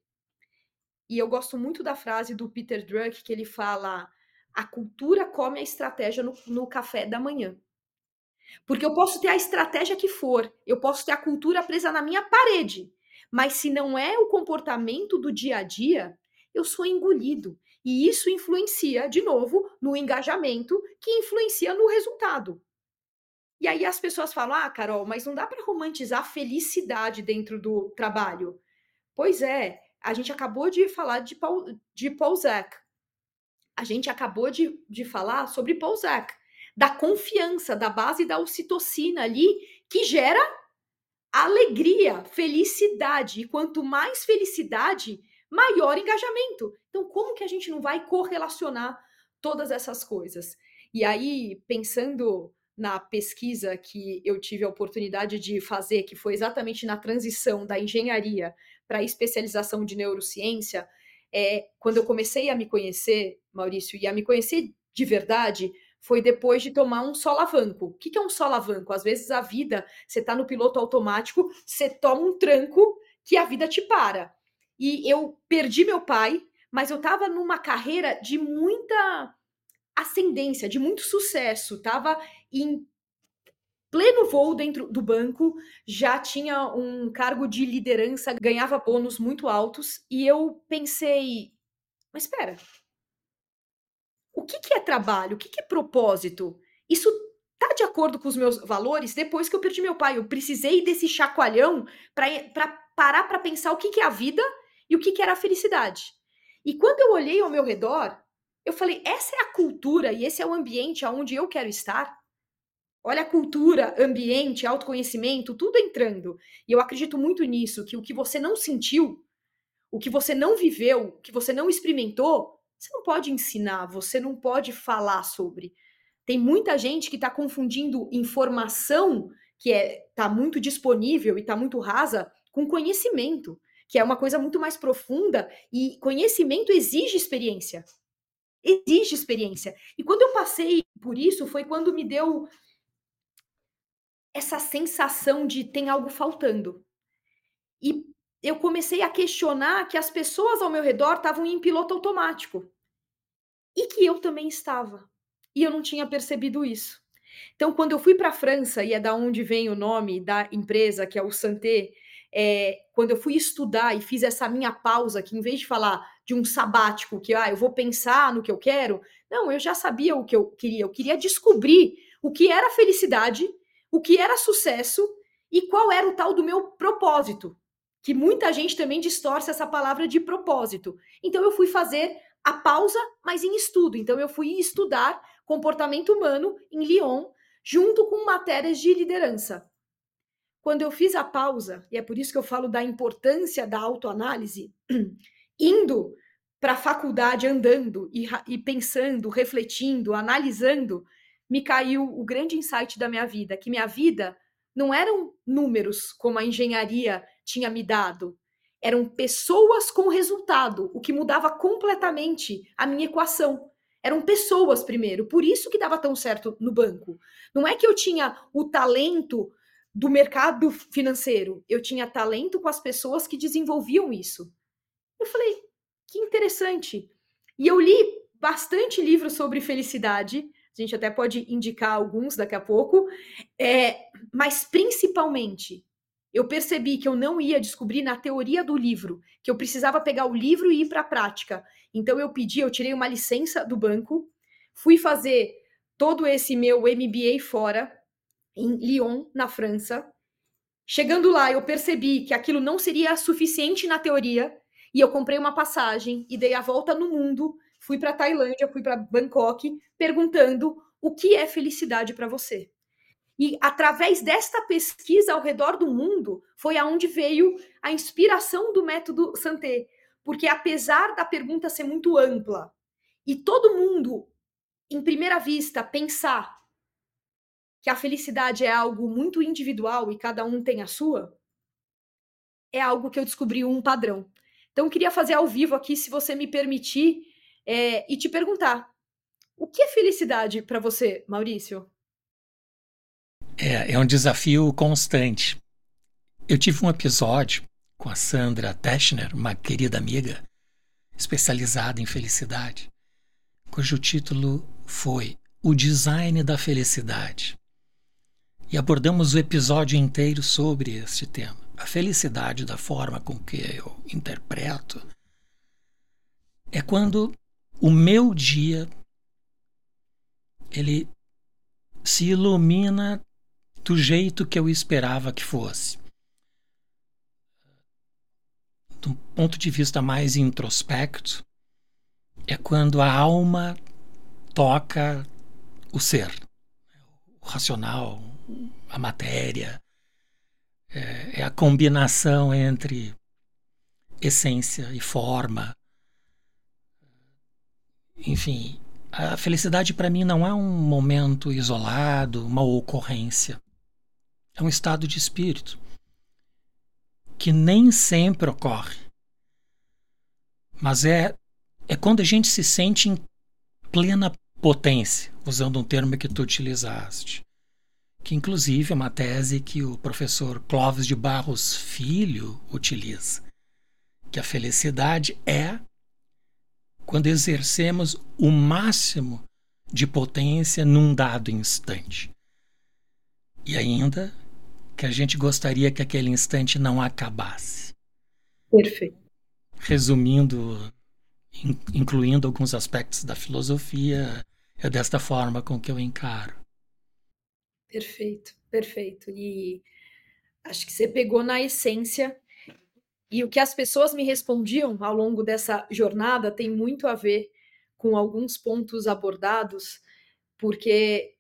E eu gosto muito da frase do Peter Drucker, que ele fala: a cultura come a estratégia no, no café da manhã. Porque eu posso ter a estratégia que for, eu posso ter a cultura presa na minha parede, mas se não é o comportamento do dia a dia, eu sou engolido. E isso influencia, de novo, no engajamento, que influencia no resultado. E aí as pessoas falam: "Ah, Carol, mas não dá para romantizar a felicidade dentro do trabalho". Pois é, a gente acabou de falar de Paul de Prozac. A gente acabou de de falar sobre Prozac, da confiança, da base da ocitocina ali, que gera alegria, felicidade. E quanto mais felicidade, maior engajamento. Então, como que a gente não vai correlacionar todas essas coisas? E aí, pensando na pesquisa que eu tive a oportunidade de fazer, que foi exatamente na transição da engenharia para a especialização de neurociência, é, quando eu comecei a me conhecer, Maurício, e a me conhecer de verdade, foi depois de tomar um solavanco. O que que é um solavanco? Às vezes a vida, você está no piloto automático, você toma um tranco que a vida te para. E eu perdi meu pai, mas eu estava numa carreira de muita ascendência, de muito sucesso. Estava em pleno voo dentro do banco, já tinha um cargo de liderança, ganhava bônus muito altos, e eu pensei, mas espera, o que, que é trabalho? O que, que é propósito? Isso tá de acordo com os meus valores? Depois que eu perdi meu pai, eu precisei desse chacoalhão para parar para pensar o que, que é a vida e o que, que era a felicidade. E quando eu olhei ao meu redor, eu falei, essa é a cultura e esse é o ambiente aonde eu quero estar? Olha a cultura, ambiente, autoconhecimento, tudo entrando. E eu acredito muito nisso, que o que você não sentiu, o que você não viveu, o que você não experimentou, você não pode ensinar, você não pode falar sobre. Tem muita gente que está confundindo informação, que é tá muito disponível e está muito rasa, com conhecimento, que é uma coisa muito mais profunda, e conhecimento exige experiência. Exige experiência. E quando eu passei por isso, foi quando me deu essa sensação de tem algo faltando. E eu comecei a questionar que as pessoas ao meu redor estavam em piloto automático. E que eu também estava. E eu não tinha percebido isso. Então, quando eu fui para a França, e é da onde vem o nome da empresa, que é o Santé, é, quando eu fui estudar e fiz essa minha pausa, que em vez de falar de um sabático, que ah, eu vou pensar no que eu quero, não, eu já sabia o que eu queria. Eu queria descobrir o que era felicidade, o que era sucesso e qual era o tal do meu propósito. Que muita gente também distorce essa palavra de propósito. Então, eu fui fazer a pausa, mas em estudo. Então, eu fui estudar comportamento humano em Lyon, junto com matérias de liderança. Quando eu fiz a pausa, e é por isso que eu falo da importância da autoanálise, indo para a faculdade andando e, e pensando, refletindo, analisando, me caiu o grande insight da minha vida, que minha vida não eram números como a engenharia tinha me dado, eram pessoas com resultado, o que mudava completamente a minha equação. Eram pessoas primeiro, por isso que dava tão certo no banco. Não é que eu tinha o talento do mercado financeiro, eu tinha talento com as pessoas que desenvolviam isso. Eu falei, que interessante. E eu li bastante livros sobre felicidade, a gente até pode indicar alguns daqui a pouco, é, mas principalmente eu percebi que eu não ia descobrir na teoria do livro, que eu precisava pegar o livro e ir para a prática. Então eu pedi, eu tirei uma licença do banco, fui fazer todo esse meu M B A fora, em Lyon, na França. Chegando lá, eu percebi que aquilo não seria suficiente na teoria, e eu comprei uma passagem e dei a volta no mundo, fui para Tailândia, fui para Bangkok, perguntando o que é felicidade para você. E através desta pesquisa ao redor do mundo, foi aonde veio a inspiração do método Santé. Porque apesar da pergunta ser muito ampla, e todo mundo, em primeira vista, pensar que a felicidade é algo muito individual e cada um tem a sua, é algo que eu descobri um padrão. Então, eu queria fazer ao vivo aqui, se você me permitir, é, e te perguntar, o que é felicidade para você, Maurício? É, é um desafio constante. Eu tive um episódio com a Sandra Teschner, uma querida amiga, especializada em felicidade, cujo título foi O Design da Felicidade. E abordamos o episódio inteiro sobre este tema. A felicidade, da forma com que eu interpreto, é quando o meu dia ele se ilumina do jeito que eu esperava que fosse. Do ponto de vista mais introspecto, é quando a alma toca o ser, o racional, a matéria. É, é a combinação entre essência e forma. Enfim, a felicidade para mim não é um momento isolado, uma ocorrência. É um estado de espírito que nem sempre ocorre. Mas é, é quando a gente se sente em plena potência, usando um termo que tu utilizaste, que inclusive é uma tese que o professor Clóvis de Barros Filho utiliza, que a felicidade é quando exercemos o máximo de potência num dado instante. E ainda que a gente gostaria que aquele instante não acabasse. Perfeito. Resumindo, in, incluindo alguns aspectos da filosofia, é desta forma com que eu encaro. Perfeito, perfeito. E acho que você pegou na essência. E o que as pessoas me respondiam ao longo dessa jornada tem muito a ver com alguns pontos abordados, porque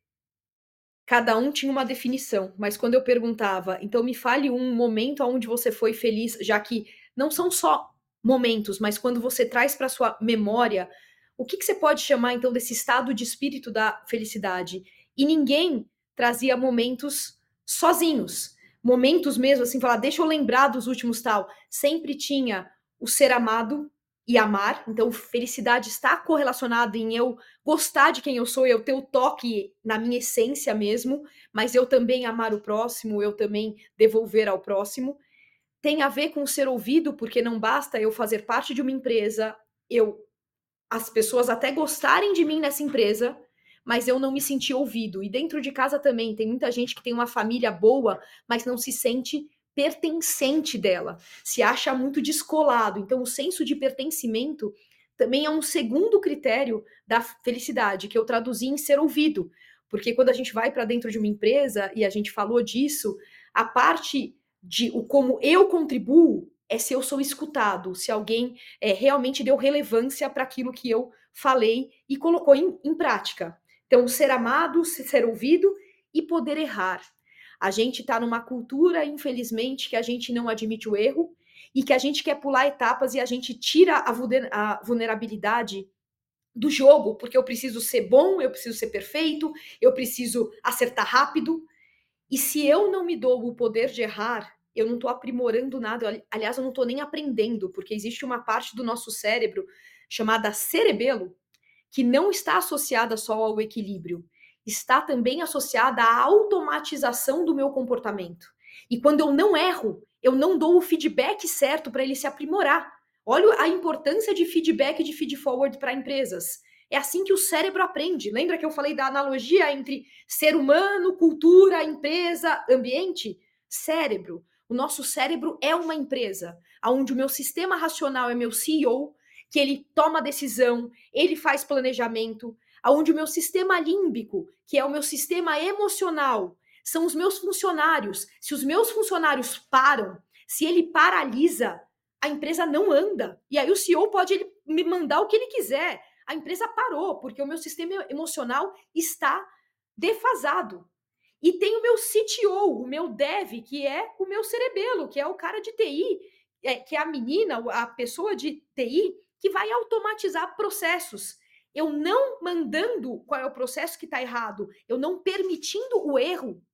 cada um tinha uma definição. Mas quando eu perguntava, então me fale um momento onde você foi feliz, já que não são só momentos, mas quando você traz para sua memória, o que, que você pode chamar então desse estado de espírito da felicidade? E ninguém trazia momentos sozinhos. Momentos mesmo, assim, falar, deixa eu lembrar dos últimos tal. Sempre tinha o ser amado e amar. Então, felicidade está correlacionada em eu gostar de quem eu sou, eu ter o toque na minha essência mesmo, mas eu também amar o próximo, eu também devolver ao próximo. Tem a ver com ser ouvido, porque não basta eu fazer parte de uma empresa, eu as pessoas até gostarem de mim nessa empresa, mas eu não me senti ouvido. E dentro de casa também, tem muita gente que tem uma família boa, mas não se sente pertencente dela, se acha muito descolado. Então, o senso de pertencimento também é um segundo critério da felicidade, que eu traduzi em ser ouvido. Porque quando a gente vai para dentro de uma empresa, e a gente falou disso, a parte de o como eu contribuo é se eu sou escutado, se alguém é, realmente deu relevância para aquilo que eu falei e colocou em, em prática. Então, ser amado, ser ouvido e poder errar. A gente está numa cultura, infelizmente, que a gente não admite o erro e que a gente quer pular etapas e a gente tira a vulnerabilidade do jogo, porque eu preciso ser bom, eu preciso ser perfeito, eu preciso acertar rápido. E se eu não me dou o poder de errar, eu não estou aprimorando nada. Aliás, eu não estou nem aprendendo, porque existe uma parte do nosso cérebro chamada cerebelo, que não está associada só ao equilíbrio, está também associada à automatização do meu comportamento. E quando eu não erro, eu não dou o feedback certo para ele se aprimorar. Olha a importância de feedback e de feed forward para empresas. É assim que o cérebro aprende. Lembra que eu falei da analogia entre ser humano, cultura, empresa, ambiente? Cérebro. O nosso cérebro é uma empresa, onde o meu sistema racional é meu C E O, que ele toma decisão, ele faz planejamento, onde o meu sistema límbico, que é o meu sistema emocional, são os meus funcionários. Se os meus funcionários param, se ele paralisa, a empresa não anda. E aí o C E O pode ele, me mandar o que ele quiser. A empresa parou, porque o meu sistema emocional está defasado. E tem o meu C T O, o meu dev, que é o meu cerebelo, que é o cara de T I, é, que é a menina, a pessoa de T I, que vai automatizar processos. Eu não mandando qual é o processo que está errado, eu não permitindo o erro,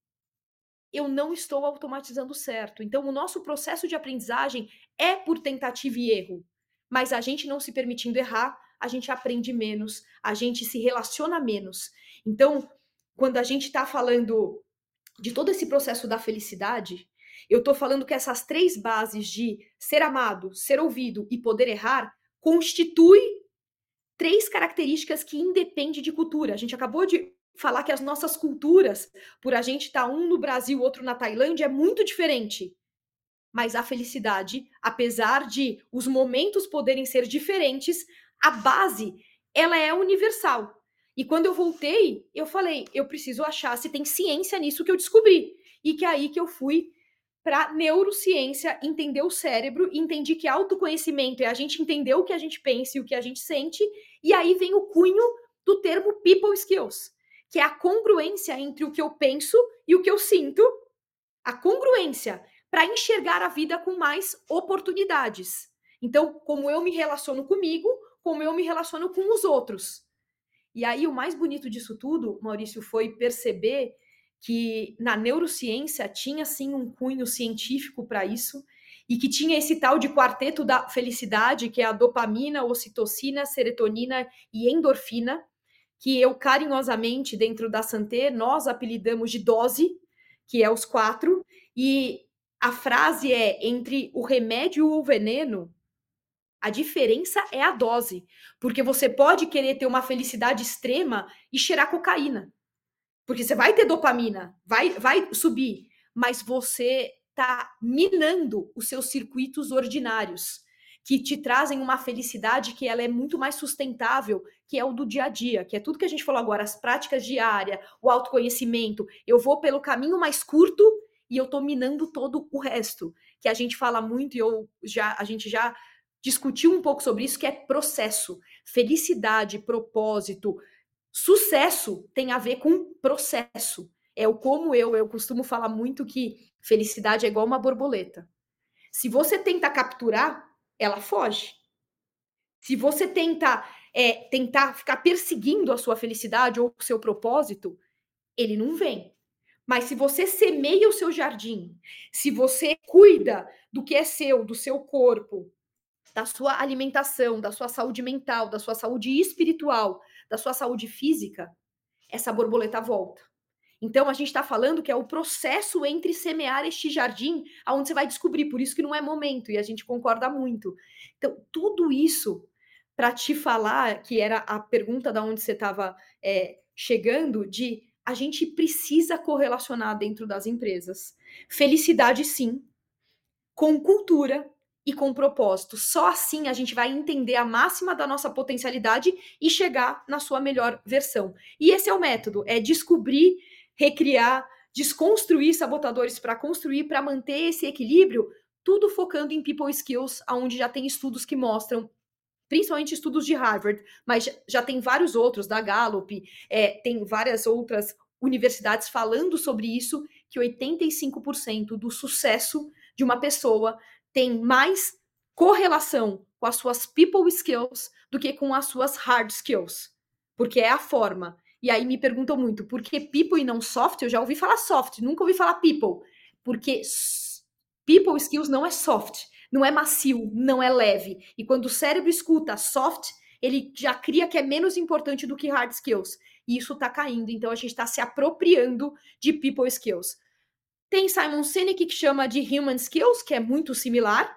eu não estou automatizando certo. Então, o nosso processo de aprendizagem é por tentativa e erro. Mas a gente não se permitindo errar, a gente aprende menos, a gente se relaciona menos. Então, quando a gente está falando de todo esse processo da felicidade, eu estou falando que essas três bases de ser amado, ser ouvido e poder errar constitui três características que independem de cultura. A gente acabou de falar que as nossas culturas, por a gente estar um no Brasil, outro na Tailândia, é muito diferente. Mas a felicidade, apesar de os momentos poderem ser diferentes, a base, ela é universal. E quando eu voltei, eu falei, eu preciso achar se tem ciência nisso que eu descobri. e que é aí que eu fui para neurociência, entender o cérebro, entendi que autoconhecimento é a gente entender o que a gente pensa e o que a gente sente, e aí vem o cunho do termo people skills, que é a congruência entre o que eu penso e o que eu sinto, a congruência para enxergar a vida com mais oportunidades. Então, como eu me relaciono comigo, como eu me relaciono com os outros. E aí o mais bonito disso tudo, Maurício, foi perceber que na neurociência tinha sim um cunho científico para isso e que tinha esse tal de quarteto da felicidade, que é a dopamina, ocitocina, serotonina e endorfina, que eu carinhosamente, dentro da Santé, nós apelidamos de dose, que é os quatro, e a frase é: entre o remédio e o veneno, a diferença é a dose, porque você pode querer ter uma felicidade extrema e cheirar cocaína, porque você vai ter dopamina, vai, vai subir, mas você está minando os seus circuitos ordinários, que te trazem uma felicidade que ela é muito mais sustentável, que é o do dia a dia, que é tudo que a gente falou agora, as práticas diárias, o autoconhecimento. Eu vou pelo caminho mais curto e eu estou minando todo o resto, que a gente fala muito e eu já, a gente já discutiu um pouco sobre isso, que é processo. Felicidade, propósito, sucesso tem a ver com processo. É o como eu, eu costumo falar muito que felicidade é igual uma borboleta. Se você tenta capturar, ela foge. Se você tenta, é, tentar ficar perseguindo a sua felicidade ou o seu propósito, ele não vem. Mas se você semeia o seu jardim, se você cuida do que é seu, do seu corpo, da sua alimentação, da sua saúde mental, da sua saúde espiritual, da sua saúde física, essa borboleta volta. Então, a gente está falando que é o processo entre semear este jardim, aonde você vai descobrir, por isso que não é momento, e a gente concorda muito. Então, tudo isso para te falar, que era a pergunta da onde você estava é, chegando, de a gente precisa correlacionar dentro das empresas. Felicidade, sim, com cultura e com propósito. Só assim a gente vai entender a máxima da nossa potencialidade e chegar na sua melhor versão. E esse é o método, é descobrir, recriar, desconstruir sabotadores para construir, para manter esse equilíbrio, tudo focando em people skills, onde já tem estudos que mostram, principalmente estudos de Harvard, mas já tem vários outros, da Gallup, é, tem várias outras universidades falando sobre isso, que oitenta e cinco por cento do sucesso de uma pessoa tem mais correlação com as suas people skills do que com as suas hard skills, porque é a forma. E aí me perguntam muito, por que people e não soft? Eu já ouvi falar soft, nunca ouvi falar people, porque people skills não é soft, não é macio, não é leve. E quando o cérebro escuta soft, ele já cria que é menos importante do que hard skills. E isso está caindo, então a gente está se apropriando de people skills. Tem Simon Sinek que chama de human skills, que é muito similar,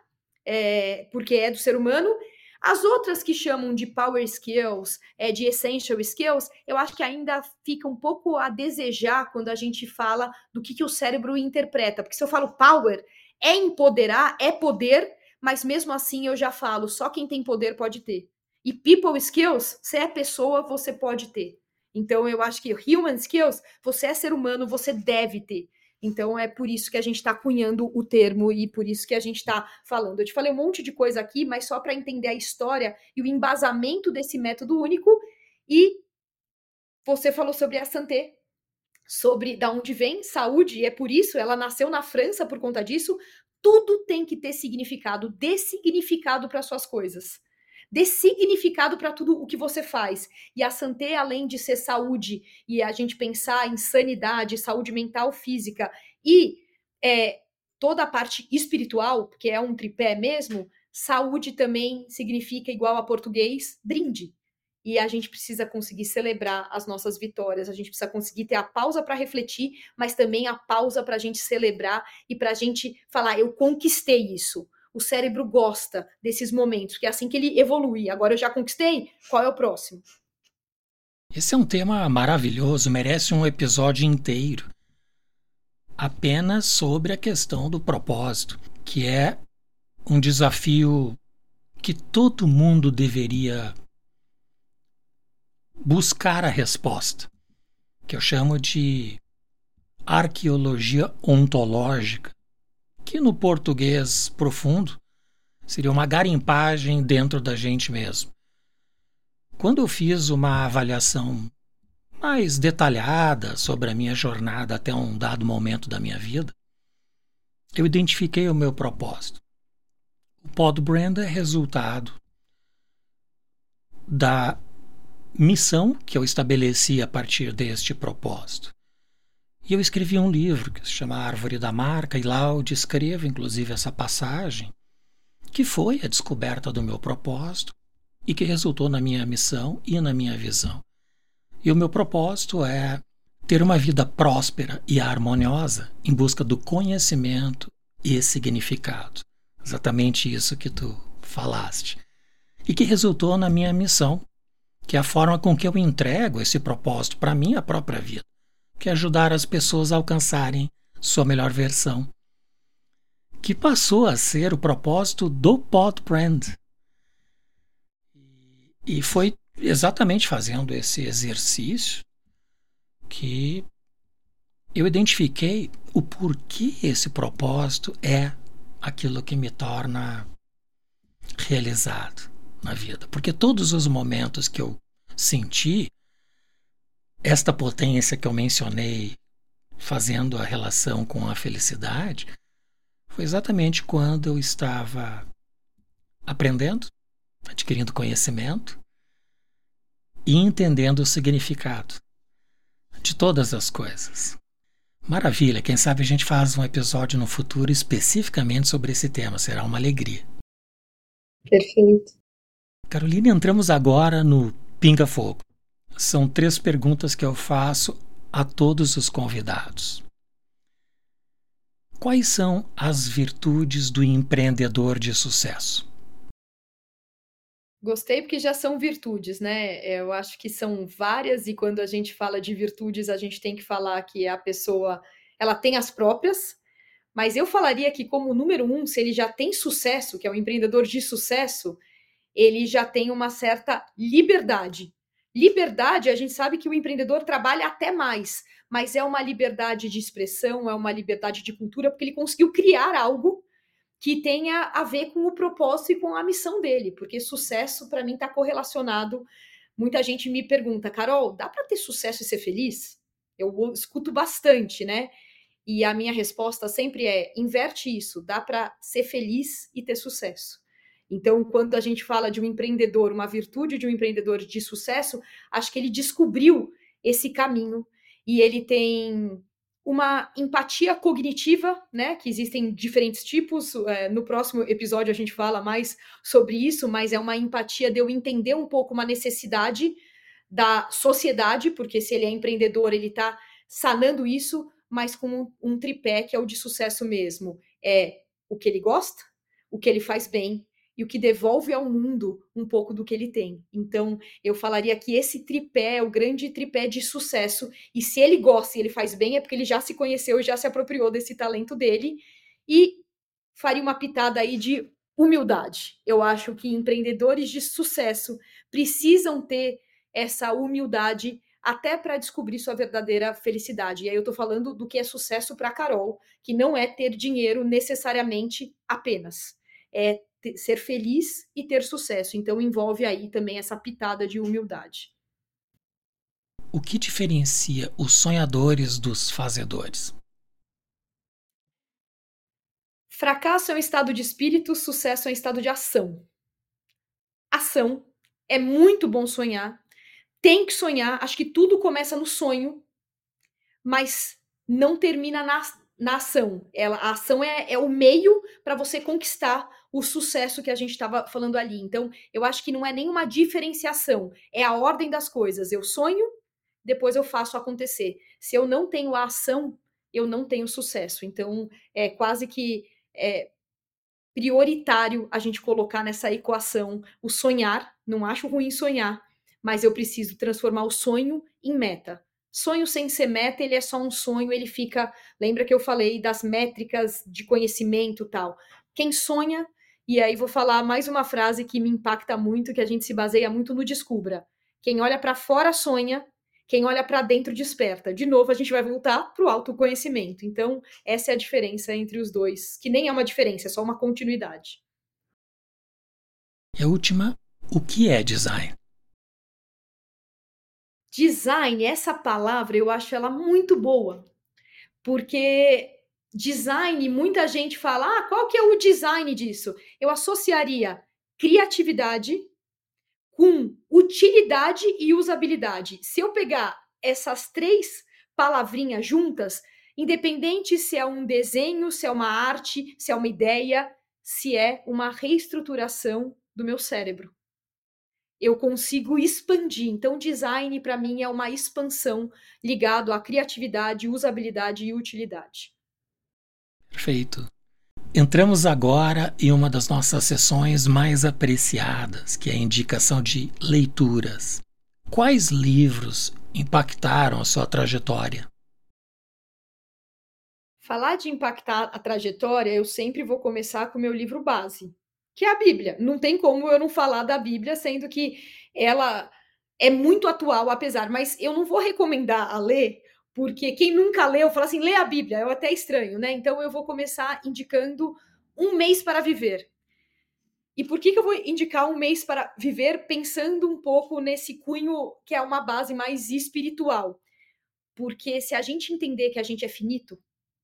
é, porque é do ser humano. As outras que chamam de power skills, é, de essential skills, eu acho que ainda fica um pouco a desejar quando a gente fala do que, que o cérebro interpreta. Porque se eu falo power, é empoderar, é poder, mas mesmo assim eu já falo, só quem tem poder pode ter. E people skills, se é pessoa, você pode ter. Então eu acho que human skills, você é ser humano, você deve ter. Então é por isso que a gente está cunhando o termo e por isso que a gente está falando. Eu te falei um monte de coisa aqui, mas só para entender a história e o embasamento desse método único. E você falou sobre a Santé, sobre da onde vem saúde, e é por isso, ela nasceu na França por conta disso. Tudo tem que ter significado, dê significado para suas coisas. Dê significado para tudo o que você faz. E a Santé, além de ser saúde, e a gente pensar em sanidade, saúde mental, física, e é, toda a parte espiritual, que é um tripé mesmo, saúde também significa, igual a português, brinde. E a gente precisa conseguir celebrar as nossas vitórias, a gente precisa conseguir ter a pausa para refletir, mas também a pausa para a gente celebrar e para a gente falar, eu conquistei isso. O cérebro gosta desses momentos, que é assim que ele evolui. Agora eu já conquistei, qual é o próximo? Esse é um tema maravilhoso, merece um episódio inteiro apenas sobre a questão do propósito, que é um desafio que todo mundo deveria buscar a resposta, que eu chamo de arqueologia ontológica, que no português profundo seria uma garimpagem dentro da gente mesmo. Quando eu fiz uma avaliação mais detalhada sobre a minha jornada até um dado momento da minha vida, eu identifiquei o meu propósito. O Podbrand é resultado da missão que eu estabeleci a partir deste propósito. E eu escrevi um livro que se chama Árvore da Marca, e lá eu descrevo inclusive essa passagem, que foi a descoberta do meu propósito e que resultou na minha missão e na minha visão. E o meu propósito é ter uma vida próspera e harmoniosa em busca do conhecimento e significado. Exatamente isso que tu falaste. E que resultou na minha missão, que é a forma com que eu entrego esse propósito para a minha própria vida, que é ajudar as pessoas a alcançarem sua melhor versão, que passou a ser o propósito do Podbrand. E foi exatamente fazendo esse exercício que eu identifiquei o porquê esse propósito é aquilo que me torna realizado na vida. Porque todos os momentos que eu senti esta potência que eu mencionei, fazendo a relação com a felicidade, foi exatamente quando eu estava aprendendo, adquirindo conhecimento e entendendo o significado de todas as coisas. Maravilha, quem sabe a gente faz um episódio no futuro especificamente sobre esse tema, será uma alegria. Perfeito. Carolina, entramos agora no Pinga Fogo. São três perguntas que eu faço a todos os convidados. Quais são as virtudes do empreendedor de sucesso? Gostei porque já são virtudes, né? Eu acho que são várias e quando a gente fala de virtudes, a gente tem que falar que a pessoa, ela tem as próprias, mas eu falaria que como número um, se ele já tem sucesso, que é um empreendedor de sucesso, ele já tem uma certa liberdade. Liberdade, a gente sabe que o empreendedor trabalha até mais, mas é uma liberdade de expressão, é uma liberdade de cultura, porque ele conseguiu criar algo que tenha a ver com o propósito e com a missão dele, porque sucesso, para mim, está correlacionado. Muita gente me pergunta, Carol, dá para ter sucesso e ser feliz? Eu escuto bastante, né? E a minha resposta sempre é, inverte isso, dá para ser feliz e ter sucesso. Então, quando a gente fala de um empreendedor, uma virtude de um empreendedor de sucesso, acho que ele descobriu esse caminho e ele tem uma empatia cognitiva, né? Que existem diferentes tipos. É, no próximo episódio a gente fala mais sobre isso, mas é uma empatia de eu entender um pouco uma necessidade da sociedade, porque se ele é empreendedor, ele está sanando isso, mas com um, um tripé que é o de sucesso mesmo. É o que ele gosta, o que ele faz bem e o que devolve ao mundo um pouco do que ele tem. Então, eu falaria que esse tripé é o grande tripé de sucesso, e se ele gosta e ele faz bem, é porque ele já se conheceu e já se apropriou desse talento dele, e faria uma pitada aí de humildade. Eu acho que empreendedores de sucesso precisam ter essa humildade até para descobrir sua verdadeira felicidade. E aí eu estou falando do que é sucesso para a Carol, que não é ter dinheiro necessariamente apenas. É ser feliz e ter sucesso. Então envolve aí também essa pitada de humildade. O que diferencia os sonhadores dos fazedores? Fracasso é um estado de espírito, sucesso é um estado de ação. Ação. É muito bom sonhar. Tem que sonhar. Acho que tudo começa no sonho, mas não termina na, na ação. Ela, a ação é, é o meio para você conquistar o sucesso que a gente estava falando ali. Então, eu acho que não é nenhuma diferenciação. É a ordem das coisas. Eu sonho, depois eu faço acontecer. Se eu não tenho a ação, eu não tenho sucesso. Então, é quase que é, prioritário a gente colocar nessa equação o sonhar. Não acho ruim sonhar, mas eu preciso transformar o sonho em meta. Sonho sem ser meta, ele é só um sonho, ele fica... Lembra que eu falei das métricas de conhecimento e tal? Quem sonha, e aí vou falar mais uma frase que me impacta muito, que a gente se baseia muito no Descubra. Quem olha para fora sonha, quem olha para dentro desperta. De novo, a gente vai voltar para o autoconhecimento. Então, essa é a diferença entre os dois, que nem é uma diferença, é só uma continuidade. E a última, o que é design? Design, essa palavra, eu acho ela muito boa, porque design, muita gente fala, ah, qual que é o design disso? Eu associaria criatividade com utilidade e usabilidade. Se eu pegar essas três palavrinhas juntas, independente se é um desenho, se é uma arte, se é uma ideia, se é uma reestruturação do meu cérebro. Eu consigo expandir. Então, design, para mim, é uma expansão ligado à criatividade, usabilidade e utilidade. Perfeito. Entramos agora em uma das nossas sessões mais apreciadas, que é a indicação de leituras. Quais livros impactaram a sua trajetória? Falar de impactar a trajetória, eu sempre vou começar com o meu livro base, que é a Bíblia. Não tem como eu não falar da Bíblia, sendo que ela é muito atual, apesar, mas eu não vou recomendar a ler, porque quem nunca leu, fala assim, lê a Bíblia, é até estranho, né? Então eu vou começar indicando Um Mês para Viver. E por que, que eu vou indicar Um Mês para Viver pensando um pouco nesse cunho que é uma base mais espiritual? Porque se a gente entender que a gente é finito,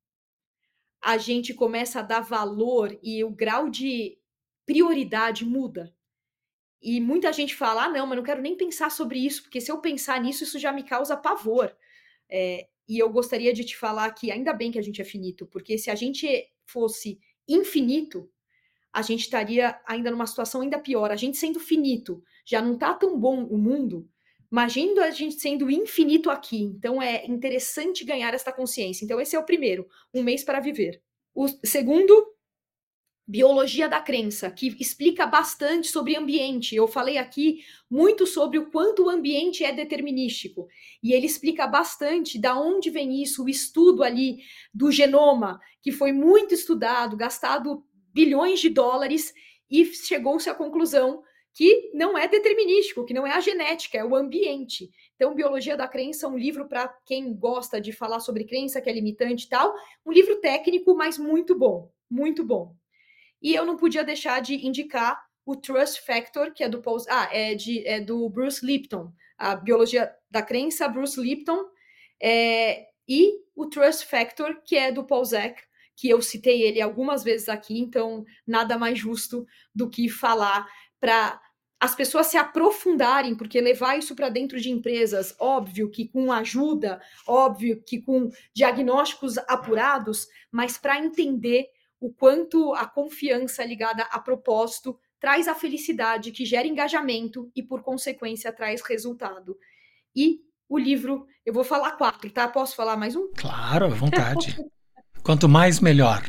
a gente começa a dar valor e o grau de prioridade muda. E muita gente fala, ah, não, mas não quero nem pensar sobre isso, porque se eu pensar nisso, isso já me causa pavor. É, e eu gostaria de te falar que ainda bem que a gente é finito, porque se a gente fosse infinito, a gente estaria ainda numa situação ainda pior. A gente sendo finito, já não tá tão bom o mundo, imagina a gente sendo infinito aqui. Então é interessante ganhar esta consciência. Então esse é o primeiro, Um Mês para Viver. O segundo, Biologia da Crença, que explica bastante sobre ambiente. Eu falei aqui muito sobre o quanto o ambiente é determinístico. E ele explica bastante da onde vem isso, o estudo ali do genoma, que foi muito estudado, gastado bilhões de dólares, e chegou-se à conclusão que não é determinístico, que não é a genética, é o ambiente. Então, Biologia da Crença é um livro para quem gosta de falar sobre crença, que é limitante e tal. Um livro técnico, mas muito bom, muito bom. E eu não podia deixar de indicar o Trust Factor, que é do Paul, ah, é, de, é do Bruce Lipton, a Biologia da Crença, Bruce Lipton, é, e o Trust Factor, que é do Paul Zek, que eu citei ele algumas vezes aqui, então nada mais justo do que falar para as pessoas se aprofundarem, porque levar isso para dentro de empresas, óbvio que com ajuda, óbvio que com diagnósticos apurados, mas para entender o quanto a confiança ligada a propósito traz a felicidade, que gera engajamento e, por consequência, traz resultado. E o livro, eu vou falar quatro, tá? Posso falar mais um? Claro, à vontade. Quanto mais, melhor.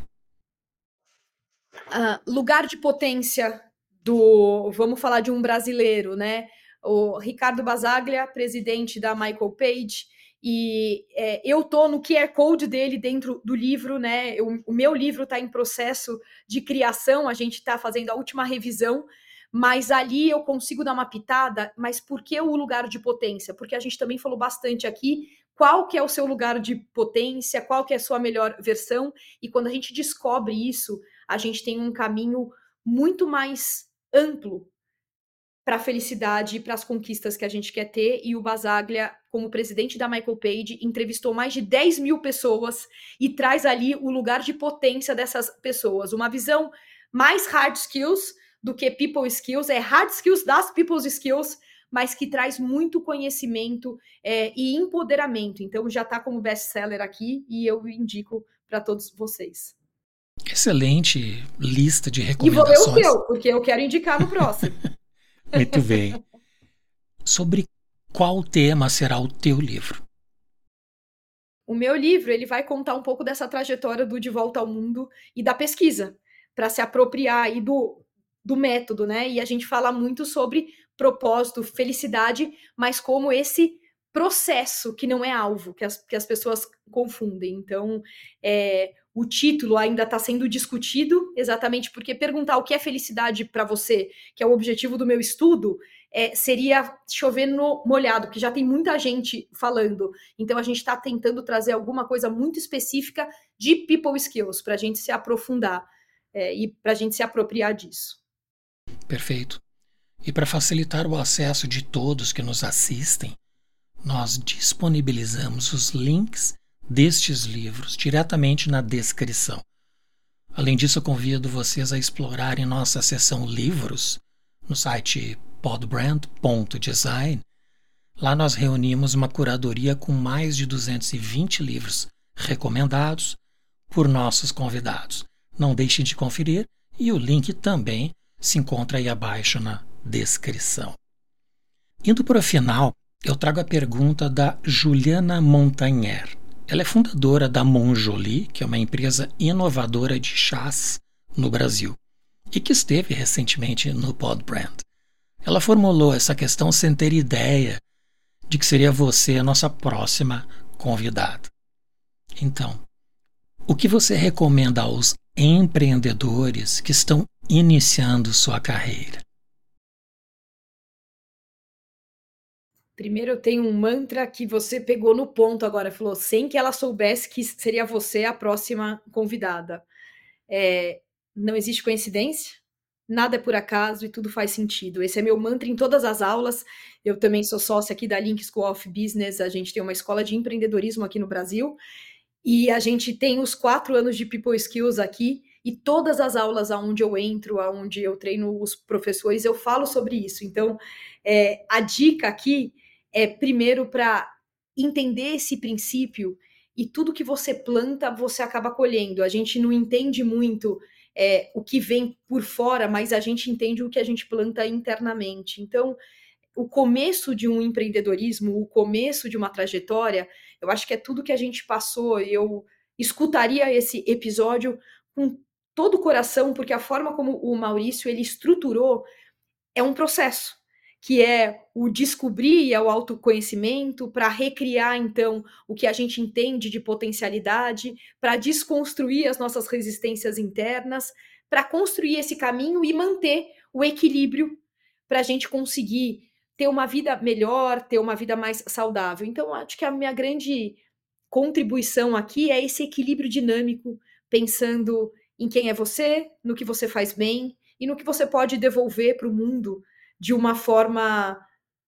Uh, Lugar de Potência, do, vamos falar de um brasileiro, né? O Ricardo Basaglia, presidente da Michael Page, e é, eu tô no Q R Code dele dentro do livro, né? Eu, o meu livro está em processo de criação, a gente está fazendo a última revisão, mas ali eu consigo dar uma pitada. Mas por que o lugar de potência? Porque a gente também falou bastante aqui qual que é o seu lugar de potência, qual que é a sua melhor versão, e quando a gente descobre isso, a gente tem um caminho muito mais amplo para a felicidade e para as conquistas que a gente quer ter. E o Basaglia, como presidente da Michael Page, entrevistou mais de dez mil pessoas e traz ali o lugar de potência dessas pessoas. Uma visão mais hard skills do que people skills, é hard skills das people's skills, mas que traz muito conhecimento é, e empoderamento. Então já está como best-seller aqui e eu indico para todos vocês. Excelente lista de recomendações. E vou ler o teu, porque eu quero indicar no próximo. Muito bem. Sobre qual tema será o teu livro? O meu livro, ele vai contar um pouco dessa trajetória do De Volta ao Mundo e da pesquisa, para se apropriar aí do, do método, né? E a gente fala muito sobre propósito, felicidade, mas como esse processo que não é alvo, que as, que as pessoas confundem. Então, é, o título ainda está sendo discutido, exatamente porque perguntar o que é felicidade para você, que é o objetivo do meu estudo, é, seria chover no molhado, porque já tem muita gente falando. Então, a gente está tentando trazer alguma coisa muito específica de people skills, para a gente se aprofundar é, e para a gente se apropriar disso. Perfeito. E para facilitar o acesso de todos que nos assistem, nós disponibilizamos os links destes livros diretamente na descrição. Além disso, eu convido vocês a explorarem nossa seção livros no site podbrand ponto design. Lá nós reunimos uma curadoria com mais de duzentos e vinte livros recomendados por nossos convidados. Não deixem de conferir e o link também se encontra aí abaixo na descrição. Indo para o final, eu trago a pergunta da Juliana Montagnier. Ela é fundadora da Monjoly, que é uma empresa inovadora de chás no Brasil, e que esteve recentemente no Podbrand. Ela formulou essa questão sem ter ideia de que seria você a nossa próxima convidada. Então, o que você recomenda aos empreendedores que estão iniciando sua carreira? Primeiro, eu tenho um mantra que você pegou no ponto agora, falou, sem que ela soubesse que seria você a próxima convidada. É, não existe coincidência, nada é por acaso e tudo faz sentido. Esse é meu mantra em todas as aulas. Eu também sou sócia aqui da Link School of Business, a gente tem uma escola de empreendedorismo aqui no Brasil, e a gente tem os quatro anos de People Skills aqui, e todas as aulas aonde eu entro, aonde eu treino os professores, eu falo sobre isso. Então, é, a dica aqui é primeiro para entender esse princípio, e tudo que você planta, você acaba colhendo. A gente não entende muito é, o que vem por fora, mas a gente entende o que a gente planta internamente. Então, o começo de um empreendedorismo, o começo de uma trajetória, eu acho que é tudo que a gente passou. Eu escutaria esse episódio com todo o coração, porque a forma como o Maurício ele estruturou é um processo, que é o descobrir, é o autoconhecimento, para recriar, então, o que a gente entende de potencialidade, para desconstruir as nossas resistências internas, para construir esse caminho e manter o equilíbrio para a gente conseguir ter uma vida melhor, ter uma vida mais saudável. Então, acho que a minha grande contribuição aqui é esse equilíbrio dinâmico, pensando em quem é você, no que você faz bem e no que você pode devolver para o mundo de uma forma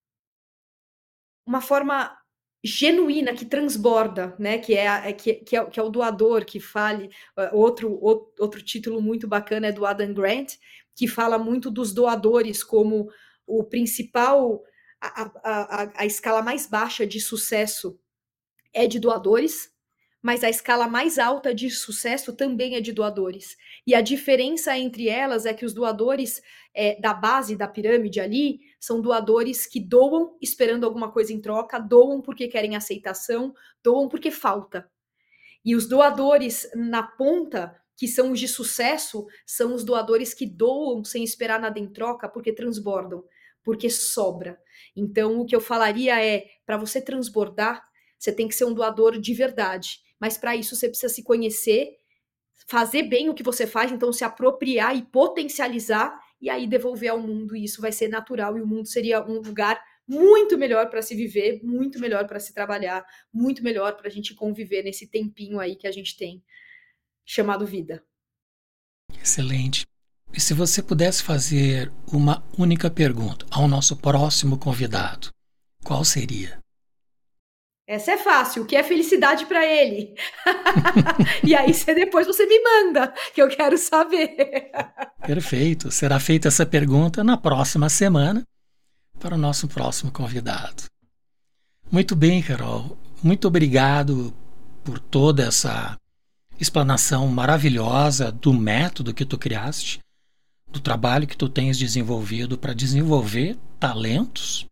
uma forma genuína, que transborda, né? Que é, a, que, que, é, que é o doador, que fale. Outro, outro título muito bacana é do Adam Grant, que fala muito dos doadores como o principal, a, a, a, a escala mais baixa de sucesso é de doadores, mas a escala mais alta de sucesso também é de doadores. E a diferença entre elas é que os doadores é, da base da pirâmide ali são doadores que doam esperando alguma coisa em troca, doam porque querem aceitação, doam porque falta. E os doadores na ponta, que são os de sucesso, são os doadores que doam sem esperar nada em troca porque transbordam, porque sobra. Então, o que eu falaria é, para você transbordar, você tem que ser um doador de verdade. Mas para isso você precisa se conhecer, fazer bem o que você faz, então se apropriar e potencializar, e aí devolver ao mundo, e isso vai ser natural, e o mundo seria um lugar muito melhor para se viver, muito melhor para se trabalhar, muito melhor para a gente conviver nesse tempinho aí que a gente tem, chamado vida. Excelente. E se você pudesse fazer uma única pergunta ao nosso próximo convidado, qual seria? Essa é fácil, o que é felicidade para ele? E aí você, depois você me manda, que eu quero saber. Perfeito, será feita essa pergunta na próxima semana para o nosso próximo convidado. Muito bem, Carol, muito obrigado por toda essa explanação maravilhosa do método que tu criaste, do trabalho que tu tens desenvolvido para desenvolver talentos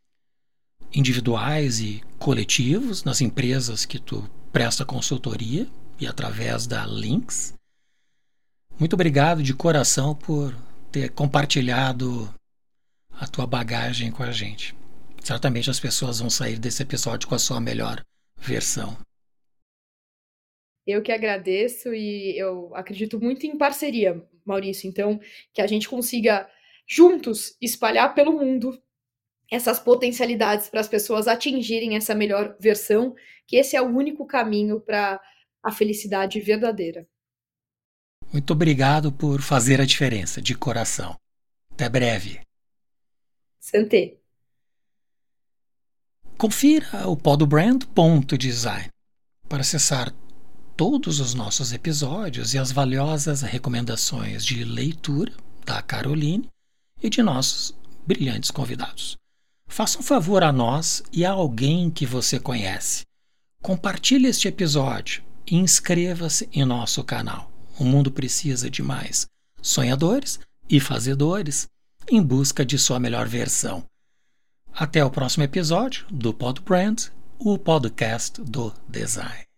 individuais e coletivos nas empresas que tu presta consultoria e através da Links. Muito obrigado de coração por ter compartilhado a tua bagagem com a gente. Certamente as pessoas vão sair desse episódio com a sua melhor versão. Eu que agradeço e eu acredito muito em parceria, Maurício, então que a gente consiga juntos espalhar pelo mundo essas potencialidades para as pessoas atingirem essa melhor versão, que esse é o único caminho para a felicidade verdadeira. Muito obrigado por fazer a diferença, de coração. Até breve. Santé. Confira o podbrand ponto design para acessar todos os nossos episódios e as valiosas recomendações de leitura da Caroline e de nossos brilhantes convidados. Faça um favor a nós e a alguém que você conhece. Compartilhe este episódio e inscreva-se em nosso canal. O mundo precisa de mais sonhadores e fazedores em busca de sua melhor versão. Até o próximo episódio do Podbrand, o podcast do design.